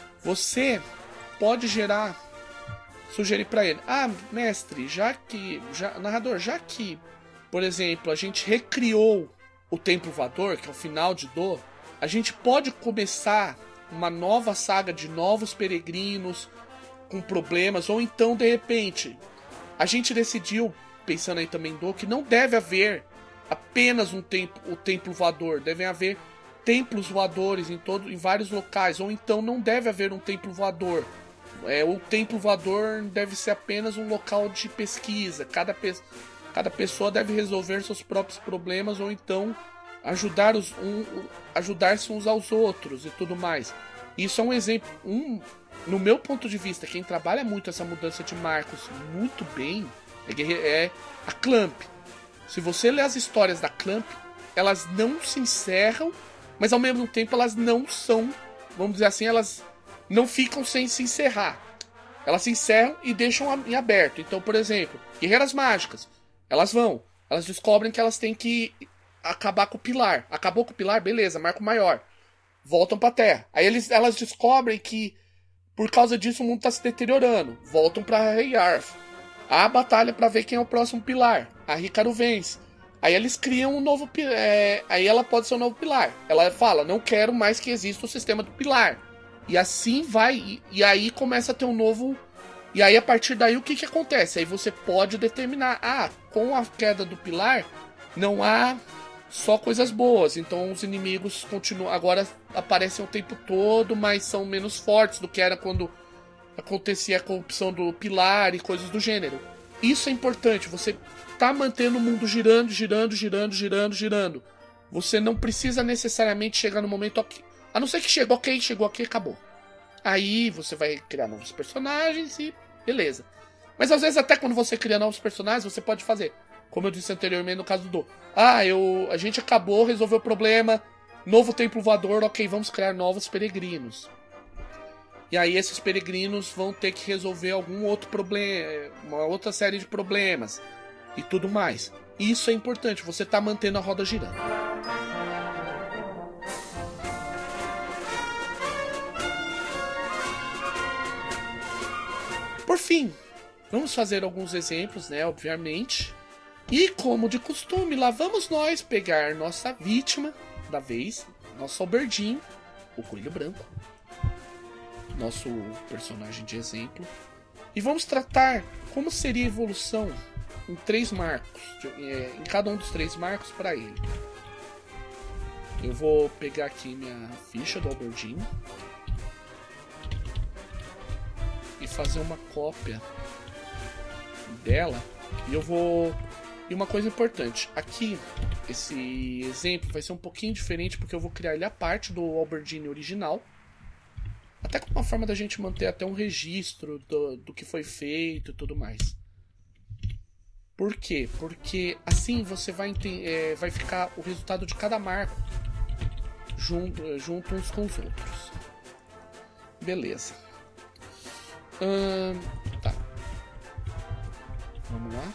Você pode gerar, sugerir para ele: ah, mestre, já que, já, narrador, já que, por exemplo, a gente recriou o Templo Voador, que é o final de Do, a gente pode começar uma nova saga de novos peregrinos com problemas, ou então, de repente, a gente decidiu, pensando aí também em Do, que não deve haver apenas um templo, o Templo Voador, devem haver templos voadores em, todo, em vários locais, ou então não deve haver um templo voador. É, o Templo Voador deve ser apenas um local de pesquisa, cada, pe cada pessoa deve resolver seus próprios problemas, ou então ajudar os, um, ajudar-se uns aos outros e tudo mais. Isso é um exemplo, um, no meu ponto de vista, quem trabalha muito essa mudança de marcos muito bem é, é a Clamp. Se você ler as histórias da Clamp, elas não se encerram, mas ao mesmo tempo elas não são, vamos dizer assim, elas não ficam sem se encerrar. Elas se encerram e deixam em aberto. Então, por exemplo, Guerreiras Mágicas, elas vão, elas descobrem que elas têm que acabar com o pilar. Acabou com o pilar, beleza, marco maior. Voltam pra Terra. Aí eles, elas descobrem que por causa disso o mundo tá se deteriorando. Voltam pra Rei Arth. Há a batalha pra ver quem é o próximo pilar. A Hikaru vence. Aí eles criam um novo pilar. É, aí ela pode ser um novo pilar. Ela fala, não quero mais que exista o sistema do pilar. E assim vai. E, e aí começa a ter um novo... E aí a partir daí o que, que acontece? Aí você pode determinar, ah, com a queda do pilar não há só coisas boas. Então os inimigos continuam, agora aparecem o tempo todo, mas são menos fortes do que era quando acontecia a corrupção do pilar e coisas do gênero. Isso é importante, você tá mantendo o mundo girando, girando, girando, girando, girando. Você não precisa necessariamente chegar no momento ok. A não ser que chegou, ok, chegou aqui, acabou. Aí você vai criar novos personagens e beleza. Mas às vezes até quando você cria novos personagens, você pode fazer, como eu disse anteriormente no caso do Do. Ah, eu, a gente acabou, resolveu o problema, novo templo voador, ok, vamos criar novos peregrinos. E aí esses peregrinos vão ter que resolver algum outro problema, uma outra série de problemas e tudo mais. Isso é importante, você está mantendo a roda girando. Por fim, vamos fazer alguns exemplos, né, obviamente. E como de costume, lá vamos nós pegar nossa vítima da vez, nosso Alberdinho, o Coelho Branco, nosso personagem de exemplo, e vamos tratar como seria a evolução em três marcos, em cada um dos três marcos para ele. Eu vou pegar aqui minha ficha do Alberdinho e fazer uma cópia dela, e eu vou... E uma coisa importante, aqui, esse exemplo vai ser um pouquinho diferente, porque eu vou criar ele a parte do Alberdinho original, até como uma forma da gente manter até um registro do, do que foi feito e tudo mais. Por quê? Porque assim você vai, é, vai ficar o resultado de cada marco junto, junto uns com os outros. Beleza. Hum, tá. Vamos lá.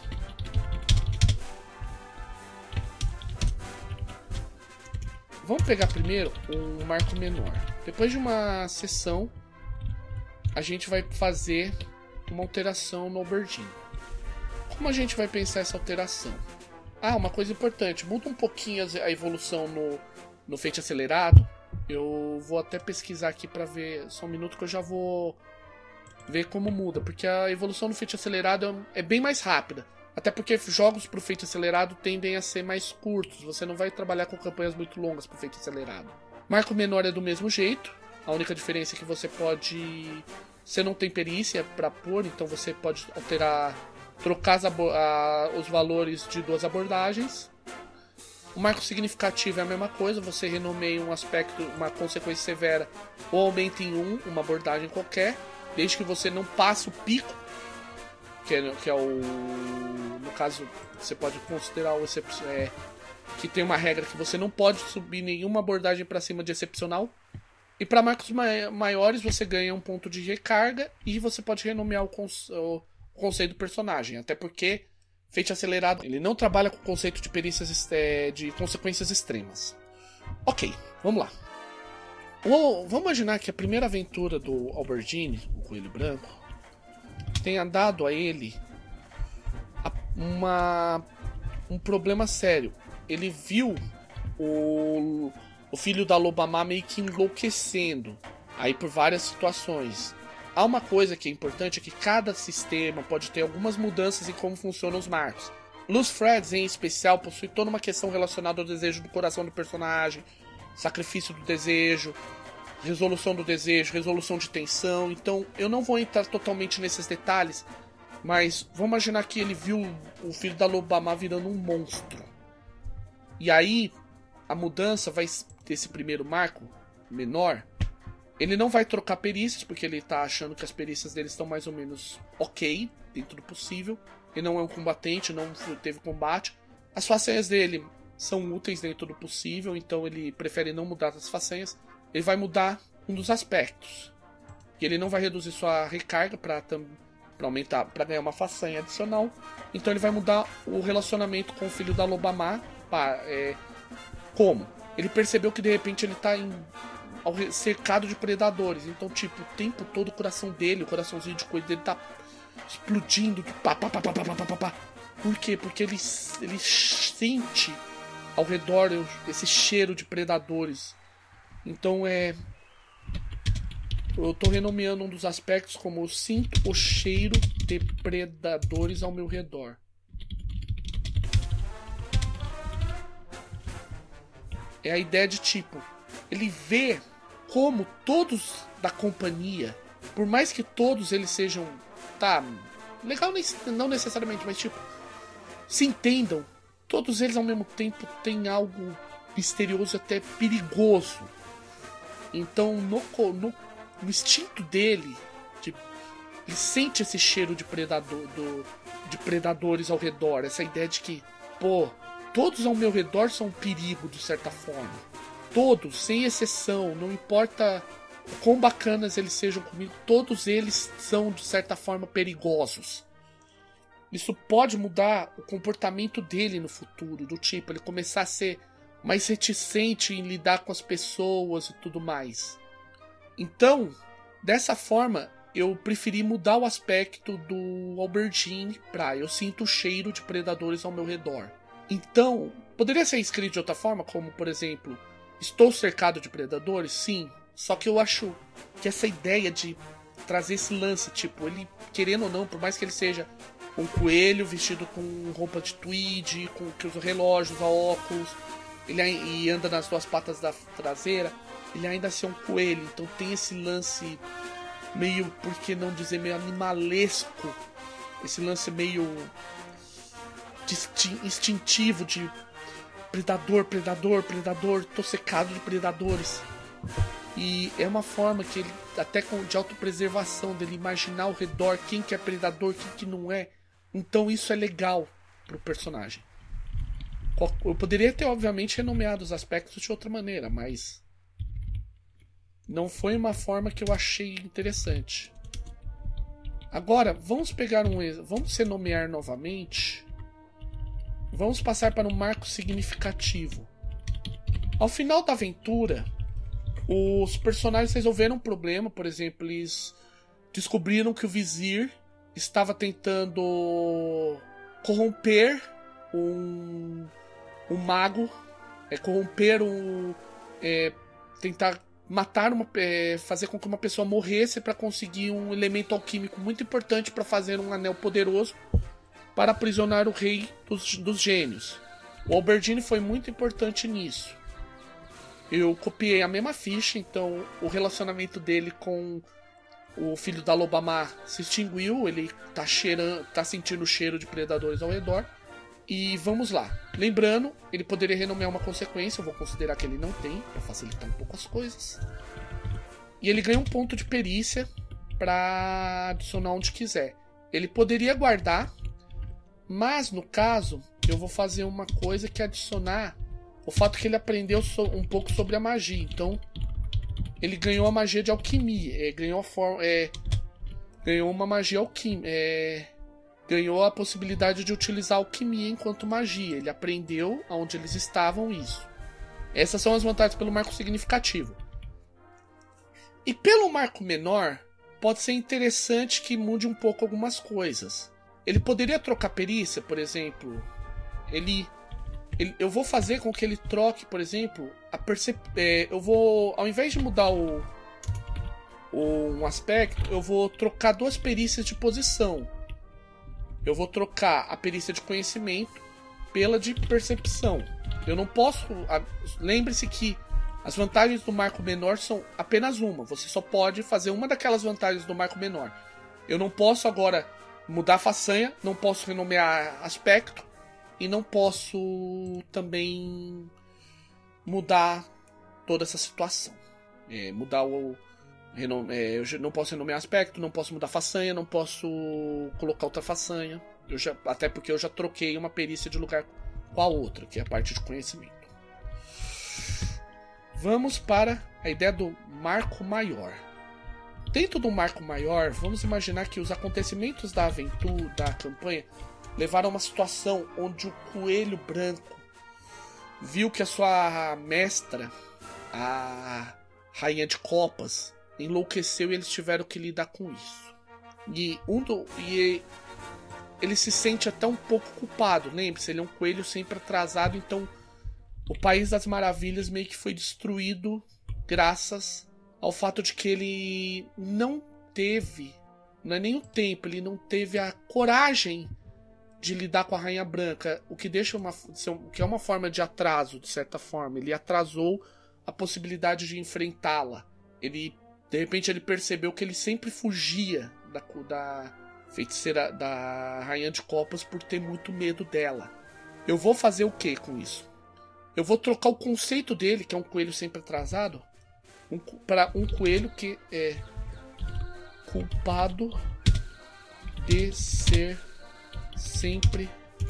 Vamos pegar primeiro um marco menor. Depois de uma sessão, a gente vai fazer uma alteração no Alberdinho. Como a gente vai pensar essa alteração? Ah, uma coisa importante. Muda um pouquinho a evolução no, no Fate acelerado. Eu vou até pesquisar aqui pra ver. Só um minuto que eu já vou ver como muda. Porque a evolução no Fate acelerado é bem mais rápida. Até porque jogos pro Fate acelerado tendem a ser mais curtos. Você não vai trabalhar com campanhas muito longas pro Fate acelerado. Marco menor é do mesmo jeito. A única diferença é que você pode... Você não tem perícia pra pôr, então você pode alterar... Trocar as a, os valores de duas abordagens. O marco significativo é a mesma coisa. Você renomeia um aspecto, uma consequência severa, ou aumenta em um, uma abordagem qualquer. Desde que você não passe o pico. Que é, que é o... No caso, você pode considerar o excep- é, que tem uma regra que você não pode subir nenhuma abordagem para cima de excepcional. E para marcos ma- maiores você ganha um ponto de recarga e você pode renomear o, cons- o conceito do personagem. Até porque, Fate acelerado, ele não trabalha com o conceito de perícias é, de consequências extremas. Ok, vamos lá. O, vamos imaginar que a primeira aventura do Aubergine, o Coelho Branco, tenha dado a ele uma, um problema sério. Ele viu o, o filho da Lobamá meio que enlouquecendo, aí por várias situações. Há uma coisa que é importante, é que cada sistema pode ter algumas mudanças em como funcionam os marcos. Luz Threads, em especial, possui toda uma questão relacionada ao desejo do coração do personagem, sacrifício do desejo, resolução do desejo, resolução de tensão. Então eu não vou entrar totalmente nesses detalhes, mas vamos imaginar que ele viu o filho da Lobamá virando um monstro. E aí a mudança vai desse primeiro marco menor. Ele não vai trocar perícias, porque ele tá achando que as perícias dele estão mais ou menos ok, dentro do possível. Ele não é um combatente, não teve combate. As façanhas dele são úteis dentro do possível, então ele prefere não mudar as façanhas. Ele vai mudar um dos aspectos. E ele não vai reduzir sua recarga para aumentar, para ganhar uma façanha adicional. Então ele vai mudar o relacionamento com o filho da Lobamá. Pra, é, como? Ele percebeu que de repente ele tá em... cercado de predadores. Então, tipo, o tempo todo o coração dele, o coraçãozinho de coisa dele tá explodindo de pá, pá, pá, pá, pá, pá, pá, pá. Por quê? Porque ele, ele sente ao redor esse cheiro de predadores. Então é... eu tô renomeando um dos aspectos como eu sinto o cheiro de predadores ao meu redor. É a ideia de tipo, ele vê como todos da companhia, por mais que todos eles sejam, tá, legal não necessariamente, mas tipo, se entendam, todos eles ao mesmo tempo têm algo misterioso, até perigoso. Então no, no, no instinto dele, tipo, ele sente esse cheiro de, predador, do, de predadores ao redor, essa ideia de que, pô, todos ao meu redor são um perigo de certa forma. Todos, sem exceção, não importa o quão bacanas eles sejam comigo, todos eles são de certa forma perigosos. Isso pode mudar o comportamento dele no futuro, do tipo, ele começar a ser mais reticente em lidar com as pessoas e tudo mais. Então, dessa forma, eu preferi mudar o aspecto do Aubergine pra eu sinto o cheiro de predadores ao meu redor. Então, poderia ser escrito de outra forma, como, por exemplo, estou cercado de predadores? Sim. Só que eu acho que essa ideia de trazer esse lance, tipo, ele, querendo ou não, por mais que ele seja um coelho vestido com roupa de tweed, com que usa relógios, óculos, ele e anda nas duas patas da traseira, ele ainda assim é um coelho. Então tem esse lance meio, por que não dizer, meio animalesco. Esse lance meio instintivo de predador, predador, predador, tô secado de predadores. E é uma forma que ele, até de autopreservação, dele imaginar ao redor quem que é predador, quem que não é. Então isso é legal pro personagem. Eu poderia ter, obviamente, renomeado os aspectos de outra maneira, mas não foi uma forma que eu achei interessante. Agora, vamos pegar um... Vamos renomear novamente. Vamos passar para um marco significativo. Ao final da aventura, os personagens resolveram um problema. Por exemplo, eles descobriram que o Vizir estava tentando corromper um, um mago, é, corromper um... É, tentar matar uma... É, fazer com que uma pessoa morresse para conseguir um elemento alquímico muito importante para fazer um anel poderoso para aprisionar o rei dos, dos gênios. O Aubergine foi muito importante nisso. Eu copiei a mesma ficha, então o relacionamento dele com o filho da Lobamá se extinguiu, ele tá, cheirando, tá sentindo o cheiro de predadores ao redor. E vamos lá. Lembrando, ele poderia renomear uma consequência, eu vou considerar que ele não tem, para facilitar um pouco as coisas. E ele ganha um ponto de perícia para adicionar onde quiser. Ele poderia guardar, mas no caso, eu vou fazer uma coisa que é adicionar o fato que ele aprendeu so, um pouco sobre a magia. Então, ele ganhou a magia de alquimia. É, ganhou, a forma, é, ganhou uma magia alquímica. É, ganhou a possibilidade de utilizar alquimia enquanto magia. Ele aprendeu onde eles estavam isso. Essas são as vantagens pelo marco significativo. E pelo marco menor, pode ser interessante que mude um pouco algumas coisas. Ele poderia trocar perícia, por exemplo. Ele, ele eu vou fazer com que ele troque, por exemplo, a percep é, eu vou, ao invés de mudar o, o um aspecto, eu vou trocar duas perícias de posição. Eu vou trocar a perícia de conhecimento pela de percepção. Eu não posso... Lembre-se que as vantagens do marco menor são apenas uma. Você só pode fazer uma daquelas vantagens do marco menor. Eu não posso agora mudar a façanha, não posso renomear aspecto e não posso também mudar toda essa situação. É, mudar o... É, eu não posso renomear aspecto, não posso mudar façanha, não posso colocar outra façanha. Eu já, até porque eu já troquei uma perícia de lugar com a outra, que é a parte de conhecimento. Vamos para a ideia do marco maior. Dentro do marco maior, vamos imaginar que os acontecimentos da aventura, da campanha, levaram a uma situação onde o coelho branco viu que a sua mestra, a rainha de copas, enlouqueceu e eles tiveram que lidar com isso. E, um do, e ele se sente até um pouco culpado. Lembre-se, ele é um coelho sempre atrasado, então o País das Maravilhas meio que foi destruído graças ao fato de que ele não teve, não é nem o tempo, ele não teve a coragem de lidar com a Rainha Branca, o que deixa uma, que é uma forma de atraso, de certa forma. Ele atrasou a possibilidade de enfrentá-la. Ele De repente ele percebeu que ele sempre fugia da, da feiticeira, da Rainha de Copas, por ter muito medo dela. Eu vou fazer o que com isso? Eu vou trocar o conceito dele, que é um coelho sempre atrasado, um, para um coelho que é culpado de ser sempre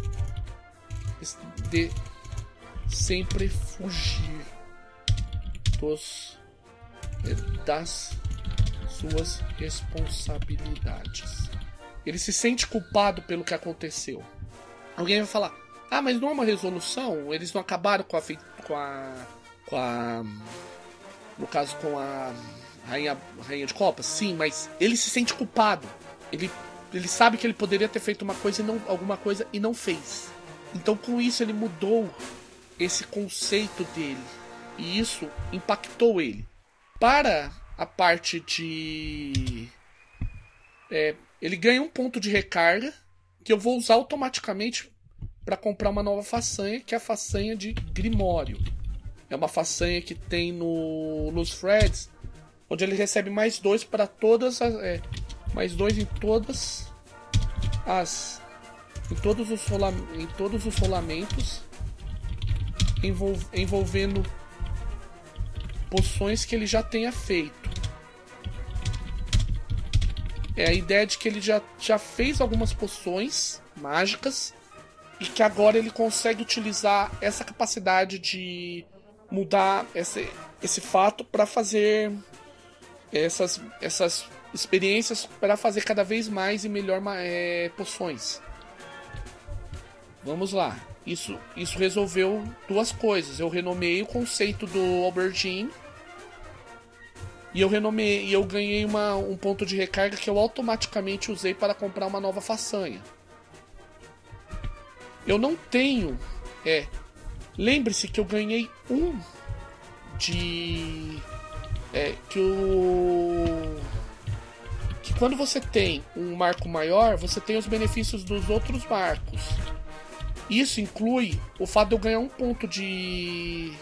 de sempre fugir dos das suas responsabilidades. Ele se sente culpado pelo que aconteceu. Alguém vai falar: ah, mas não é uma resolução? Eles não acabaram com a com a, com a no caso com a rainha, rainha de copas? Sim, mas ele se sente culpado. Ele, ele sabe que ele poderia ter feito uma coisa e não, alguma coisa e não fez. Então com isso ele mudou esse conceito dele. E isso impactou ele. Para a parte de... É, ele ganha um ponto de recarga que eu vou usar automaticamente para comprar uma nova façanha, que é a façanha de Grimório. É uma façanha que tem no Luz Threads, onde ele recebe mais dois para todas as... É, mais dois em todas as... Em todos os, rola, em todos os rolamentos envol, envolvendo poções que ele já tenha feito. É a ideia de que ele já, já fez algumas poções mágicas e que agora ele consegue utilizar essa capacidade de mudar esse, esse fato para fazer essas, essas experiências, para fazer cada vez mais e melhor é, poções. Vamos lá. Isso, isso resolveu duas coisas. Eu renomeei o conceito do Aubergine e eu renomeei, e eu ganhei uma, um ponto de recarga que eu automaticamente usei para comprar uma nova façanha. Eu não tenho... É, lembre-se que eu ganhei um de... É, que o... Que quando você tem um marco maior, você tem os benefícios dos outros marcos. Isso inclui o fato de eu ganhar um ponto de...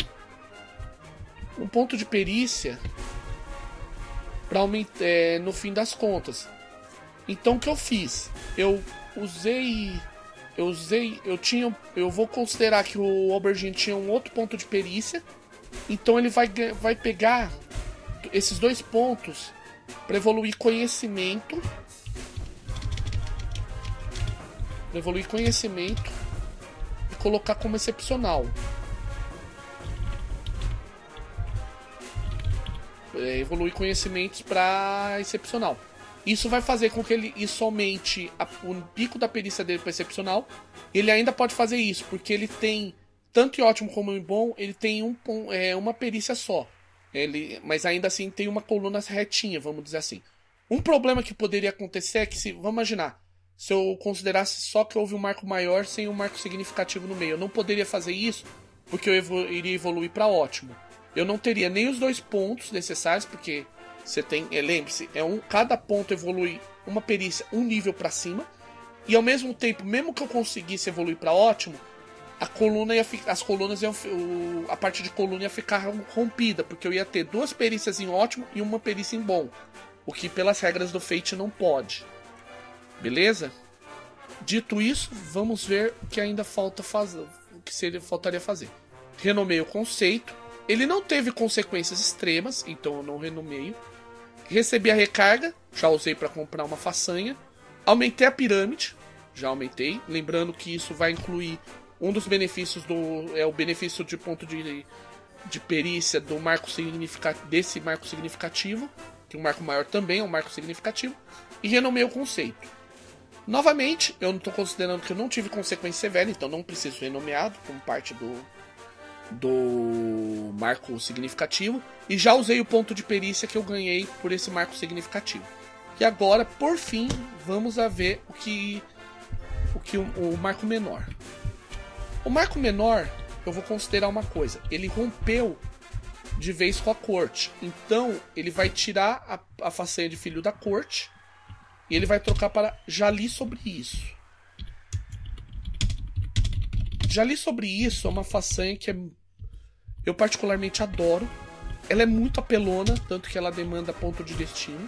Um ponto de perícia para aumentar, é, no fim das contas. Então o que eu fiz? Eu usei... Eu usei... Eu tinha... Eu vou considerar que o Aubergine tinha um outro ponto de perícia. Então ele vai, vai pegar esses dois pontos para evoluir conhecimento. Para evoluir conhecimento e colocar como excepcional. É, evoluir conhecimentos para excepcional. Isso vai fazer com que ele isso aumente a, o pico da perícia dele percepcional. Ele ainda pode fazer isso, porque ele tem, tanto em ótimo como em bom, ele tem um, é, uma perícia só. Ele, mas ainda assim tem uma coluna retinha, vamos dizer assim. Um problema que poderia acontecer é que, se, vamos imaginar, se eu considerasse só que houve um marco maior sem um marco significativo no meio, eu não poderia fazer isso porque eu evolu- iria evoluir para ótimo. Eu não teria nem os dois pontos necessários, porque você tem, é, lembre-se, é um, cada ponto evolui uma perícia um nível para cima, e ao mesmo tempo, mesmo que eu conseguisse evoluir para ótimo, a coluna ia, as colunas iam, o, a parte de coluna ia ficar rompida, porque eu ia ter duas perícias em ótimo e uma perícia em bom, o que pelas regras do Fate não pode. Beleza? Dito isso, vamos ver o que ainda falta fazer, o que seria, faltaria fazer. Renomeio o conceito. Ele não teve consequências extremas, então eu não renomeio. Recebi a recarga, já usei para comprar uma façanha. Aumentei a pirâmide, já aumentei. Lembrando que isso vai incluir um dos benefícios do é o benefício de ponto de, de perícia do marco significativo, desse marco significativo, que o marco maior também é um marco significativo. E renomeio o conceito. Novamente, eu não estou considerando que eu não tive consequência severa, então não preciso ser renomeado como parte do, do marco significativo. E já usei o ponto de perícia que eu ganhei por esse marco significativo. E agora, por fim, vamos a ver o que o, que o, o marco menor. O marco menor, eu vou considerar uma coisa. Ele rompeu de vez com a corte. Então, ele vai tirar a, a façanha de filho da corte. E ele vai trocar para já li sobre isso. Já li sobre isso é uma façanha que é, eu particularmente adoro. Ela é muito apelona, tanto que ela demanda ponto de destino.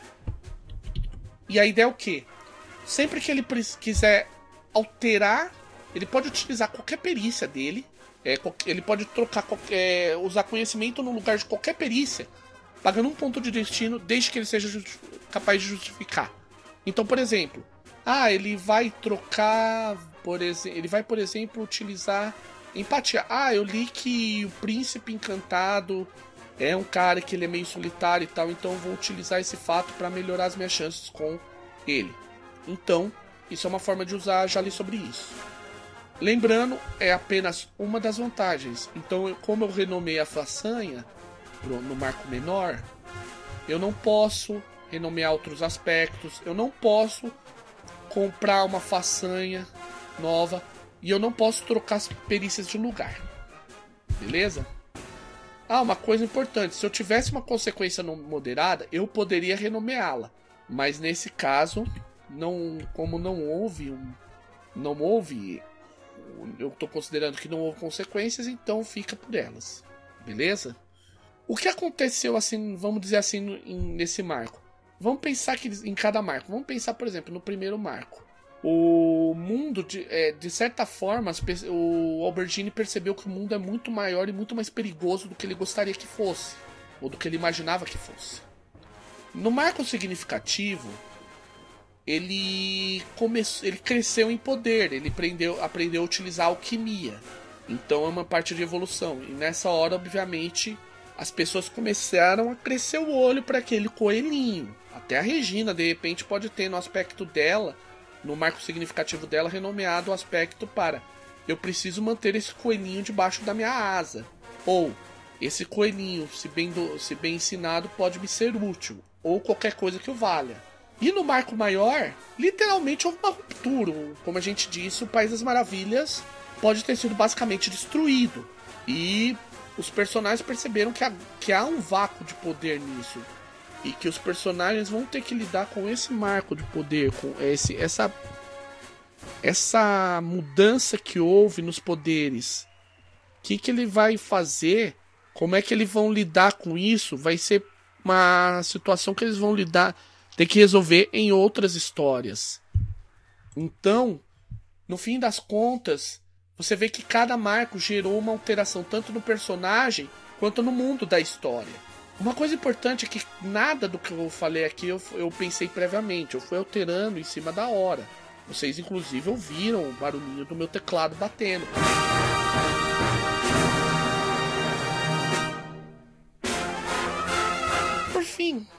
E a ideia é o quê? Sempre que ele quiser alterar, ele pode utilizar qualquer perícia dele. É, ele pode trocar qualquer, usar conhecimento no lugar de qualquer perícia, pagando um ponto de destino, desde que ele seja capaz de justificar. Então, por exemplo, ah, ele vai trocar, por exemplo, ele vai, por exemplo, utilizar empatia. Ah, eu li que o príncipe encantado é um cara que ele é meio solitário e tal, então eu vou utilizar esse fato para melhorar as minhas chances com ele. Então, isso é uma forma de usar, já li sobre isso. Lembrando, é apenas uma das vantagens. Então, como eu renomei a façanha no marco menor, eu não posso renomear outros aspectos, eu não posso comprar uma façanha nova e eu não posso trocar as perícias de lugar. Beleza? Ah, uma coisa importante, se eu tivesse uma consequência não moderada, eu poderia renomeá-la, mas nesse caso, não, como não houve um, não houve, eu estou considerando que não houve consequências, então fica por elas. Beleza? O que aconteceu assim, vamos dizer assim, nesse marco? Vamos pensar que em cada marco. Vamos pensar, por exemplo, no primeiro marco. O mundo, de, é, de certa forma, o Albertini percebeu que o mundo é muito maior e muito mais perigoso do que ele gostaria que fosse. Ou do que ele imaginava que fosse. No marco significativo, ele, começou, ele cresceu em poder. Ele aprendeu, aprendeu a utilizar a alquimia. Então é uma parte de evolução. E nessa hora, obviamente, as pessoas começaram a crescer o olho para aquele coelhinho. Até a Regina, de repente, pode ter no aspecto dela, no marco significativo dela, renomeado o aspecto para eu preciso manter esse coelhinho debaixo da minha asa. Ou, esse coelhinho, se bem, do, se bem ensinado, pode me ser útil. Ou qualquer coisa que o valha. E no marco maior, literalmente houve uma ruptura. Como a gente disse, o País das Maravilhas pode ter sido basicamente destruído. E os personagens perceberam que há, que há um vácuo de poder nisso. E que os personagens vão ter que lidar com esse marco de poder, com esse, essa, essa mudança que houve nos poderes. O que, que ele vai fazer? Como é que eles vão lidar com isso? Vai ser uma situação que eles vão lidar, ter que resolver em outras histórias. Então, no fim das contas, você vê que cada marco gerou uma alteração tanto no personagem quanto no mundo da história. Uma coisa importante é que nada do que eu falei aqui eu, eu pensei previamente, eu fui alterando em cima da hora. Vocês inclusive ouviram o barulhinho do meu teclado batendo. Por fim,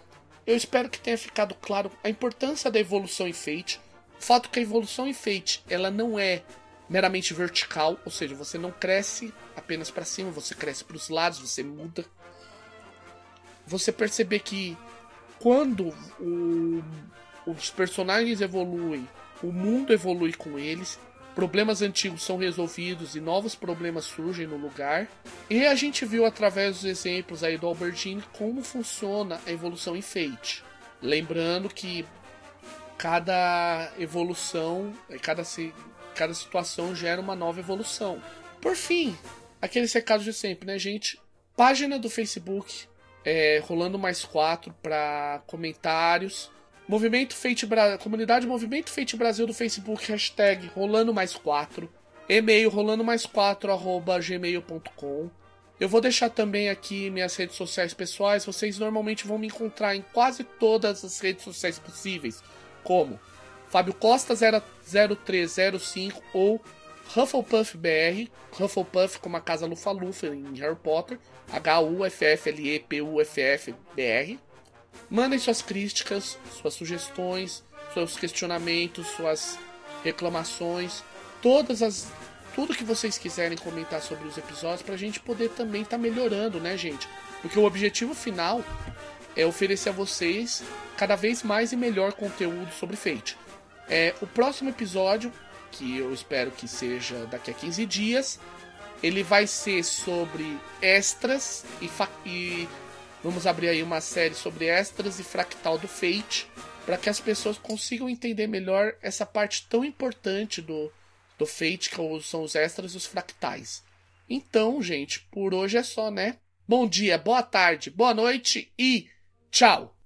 eu espero que tenha ficado claro a importância da evolução em Fate. O fato que a evolução em Fate, ela não é meramente vertical, ou seja, você não cresce apenas para cima, você cresce para os lados, você muda. Você perceber que quando o, os personagens evoluem, o mundo evolui com eles, problemas antigos são resolvidos e novos problemas surgem no lugar. E a gente viu através dos exemplos aí do Albertine como funciona a evolução em Fate. Lembrando que cada evolução, cada, cada situação gera uma nova evolução. Por fim, aqueles recados de sempre, né, gente? Página do Facebook, é, rolando mais quatro para comentários. Movimento Fate Bra... Comunidade Movimento Fate Brasil do Facebook, hashtag rolando mais quatro. E-mail rolando mais quatro arroba gmail ponto com. Eu vou deixar também aqui minhas redes sociais pessoais. Vocês normalmente vão me encontrar em quase todas as redes sociais possíveis, como Fábio Costa zero três zero cinco ou Hufflepuff B R, Hufflepuff como a casa Lufa-Lufa em Harry Potter, H U F F L E P U F F B R. Mandem suas críticas, suas sugestões, seus questionamentos, suas reclamações, todas as, tudo que vocês quiserem comentar sobre os episódios, pra gente poder também estar tá melhorando, né, gente? Porque o objetivo final é oferecer a vocês cada vez mais e melhor conteúdo sobre Fate. É, o próximo episódio, que eu espero que seja daqui a quinze dias, ele vai ser sobre extras e, e vamos abrir aí uma série sobre extras e fractal do Fate, para que as pessoas consigam entender melhor essa parte tão importante do, do Fate, que são os extras e os fractais. Então, gente, por hoje é só, né? Bom dia, boa tarde, boa noite e tchau!